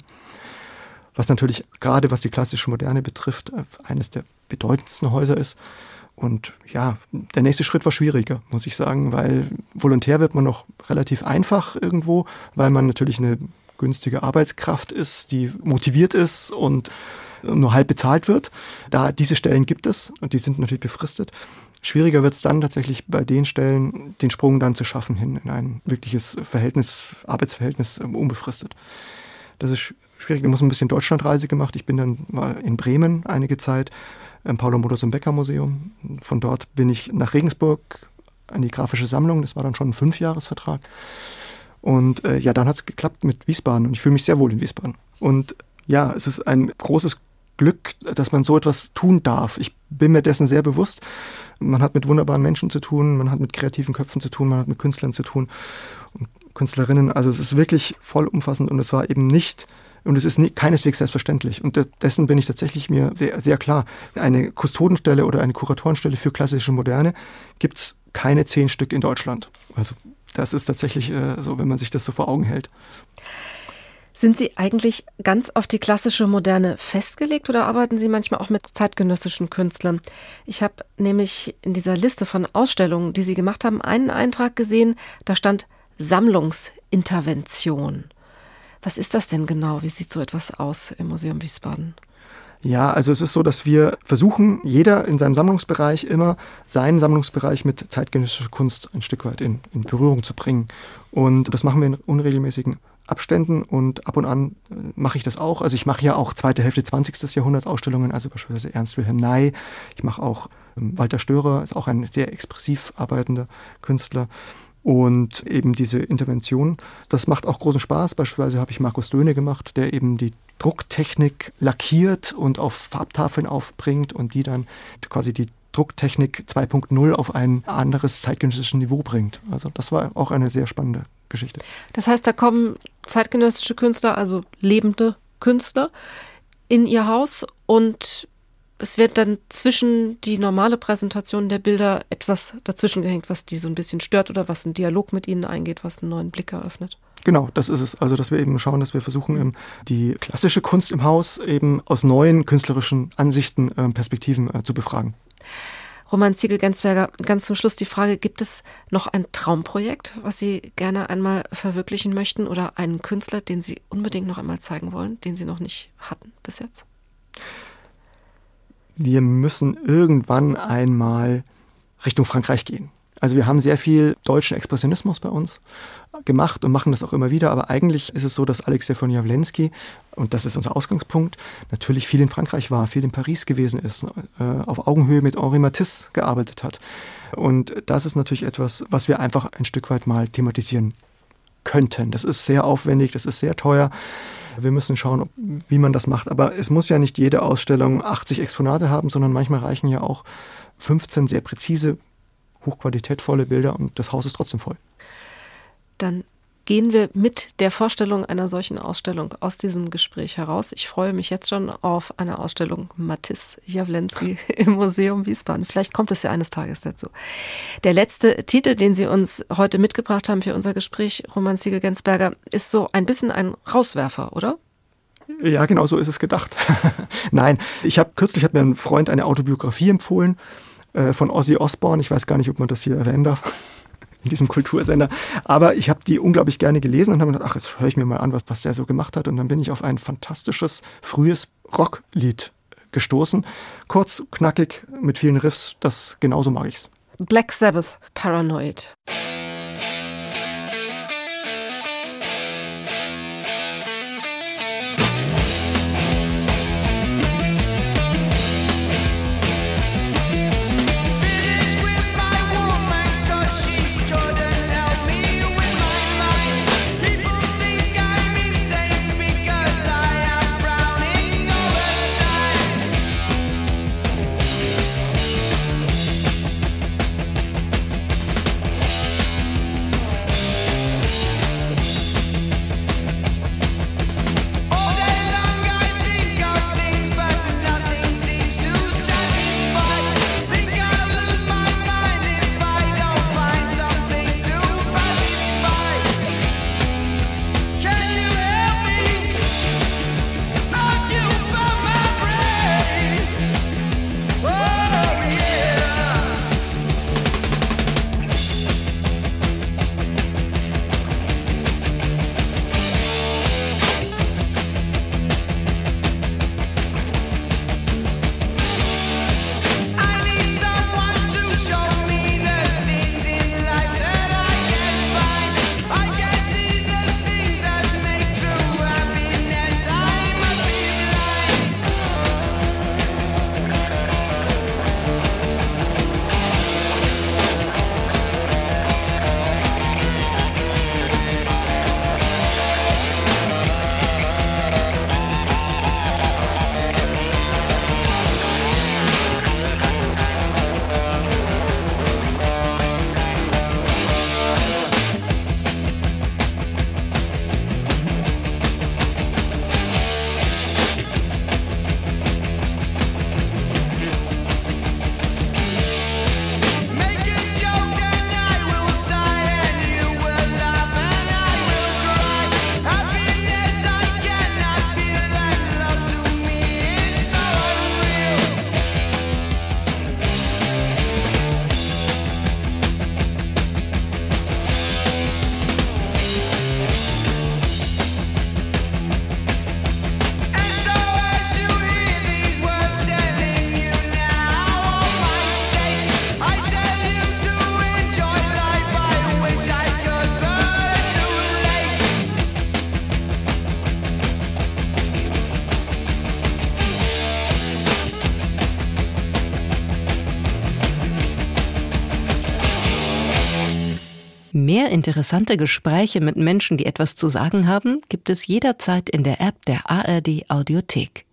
was natürlich gerade was die klassische Moderne betrifft, eines der bedeutendsten Häuser ist. Und ja, der nächste Schritt war schwieriger, muss ich sagen, weil Volontär wird man noch relativ einfach irgendwo, weil man natürlich eine günstige Arbeitskraft ist, die motiviert ist und nur halb bezahlt wird. Diese Stellen gibt es und die sind natürlich befristet. Schwieriger wird es dann tatsächlich bei den Stellen, den Sprung dann zu schaffen hin in ein wirkliches Arbeitsverhältnis unbefristet. Das ist schwierig, da muss man ein bisschen Deutschlandreise gemacht. Ich bin dann mal in Bremen einige Zeit, im Paul-Modus-Becker-Museum. Von dort bin ich nach Regensburg an die Grafische Sammlung, das war dann schon ein 5-Jahres-Vertrag. Und dann hat es geklappt mit Wiesbaden und ich fühle mich sehr wohl in Wiesbaden. Und ja, es ist ein großes Glück, dass man so etwas tun darf. Ich bin mir dessen sehr bewusst. Man hat mit wunderbaren Menschen zu tun, man hat mit kreativen Köpfen zu tun, man hat mit Künstlern zu tun und Künstlerinnen. Also es ist wirklich vollumfassend und es war eben nicht, und es ist keineswegs selbstverständlich. Und dessen bin ich tatsächlich mir sehr, sehr klar. Eine Kustodenstelle oder eine Kuratorenstelle für klassische Moderne gibt es keine 10 Stück in Deutschland. Also das ist tatsächlich so, wenn man sich das so vor Augen hält. Sind Sie eigentlich ganz auf die klassische Moderne festgelegt oder arbeiten Sie manchmal auch mit zeitgenössischen Künstlern? Ich habe nämlich in dieser Liste von Ausstellungen, die Sie gemacht haben, einen Eintrag gesehen, da stand Sammlungsintervention. Was ist das denn genau? Wie sieht so etwas aus im Museum Wiesbaden? Ja, also es ist so, dass wir versuchen, jeder in seinem Sammlungsbereich immer seinen Sammlungsbereich mit zeitgenössischer Kunst ein Stück weit in Berührung zu bringen. Und das machen wir in unregelmäßigen Abständen und ab und an mache ich das auch. Also ich mache ja auch zweite Hälfte 20. Jahrhunderts Ausstellungen, also beispielsweise Ernst Wilhelm Ney. Ich mache auch Walter Störer, ist auch ein sehr expressiv arbeitender Künstler. Und eben diese Intervention, das macht auch großen Spaß. Beispielsweise habe ich Markus Döhne gemacht, der eben die Drucktechnik lackiert und auf Farbtafeln aufbringt und die dann quasi die Drucktechnik 2.0 auf ein anderes zeitgenössisches Niveau bringt. Also das war auch eine sehr spannende Geschichte. Das heißt, da kommen zeitgenössische Künstler, also lebende Künstler, in ihr Haus und es wird dann zwischen die normale Präsentation der Bilder etwas dazwischen gehängt, was die so ein bisschen stört oder was einen Dialog mit ihnen eingeht, was einen neuen Blick eröffnet. Genau, das ist es. Also, dass wir eben schauen, dass wir versuchen, die klassische Kunst im Haus eben aus neuen künstlerischen Ansichten, Perspektiven zu befragen. Roman Ziegel-Gensberger, ganz zum Schluss die Frage, gibt es noch ein Traumprojekt, was Sie gerne einmal verwirklichen möchten oder einen Künstler, den Sie unbedingt noch einmal zeigen wollen, den Sie noch nicht hatten bis jetzt? Wir müssen irgendwann einmal Richtung Frankreich gehen. Also wir haben sehr viel deutschen Expressionismus bei uns gemacht und machen das auch immer wieder, aber eigentlich ist es so, dass Alexej von Jawlensky, und das ist unser Ausgangspunkt, natürlich viel in Frankreich war, viel in Paris gewesen ist, auf Augenhöhe mit Henri Matisse gearbeitet hat. Und das ist natürlich etwas, was wir einfach ein Stück weit mal thematisieren könnten. Das ist sehr aufwendig, das ist sehr teuer. Wir müssen schauen, wie man das macht. Aber es muss ja nicht jede Ausstellung 80 Exponate haben, sondern manchmal reichen ja auch 15 sehr präzise, hochqualitätvolle Bilder und das Haus ist trotzdem voll. Dann gehen wir mit der Vorstellung einer solchen Ausstellung aus diesem Gespräch heraus. Ich freue mich jetzt schon auf eine Ausstellung Matisse Jawlensky im Museum Wiesbaden. Vielleicht kommt es ja eines Tages dazu. Der letzte Titel, den Sie uns heute mitgebracht haben für unser Gespräch, Roman Ziegel-Gensberger, ist so ein bisschen ein Rauswerfer, oder? Ja, genau so ist es gedacht. Nein, kürzlich hat mir ein Freund eine Autobiografie empfohlen von Ozzy Osbourne. Ich weiß gar nicht, ob man das hier erwähnen darf in diesem Kultursender. Aber ich habe die unglaublich gerne gelesen und habe mir gedacht, jetzt höre ich mir mal an, was der so gemacht hat. Und dann bin ich auf ein fantastisches, frühes Rocklied gestoßen. Kurz, knackig, mit vielen Riffs. Das genauso mag ich's. Black Sabbath, Paranoid. Mehr interessante Gespräche mit Menschen, die etwas zu sagen haben, gibt es jederzeit in der App der ARD Audiothek.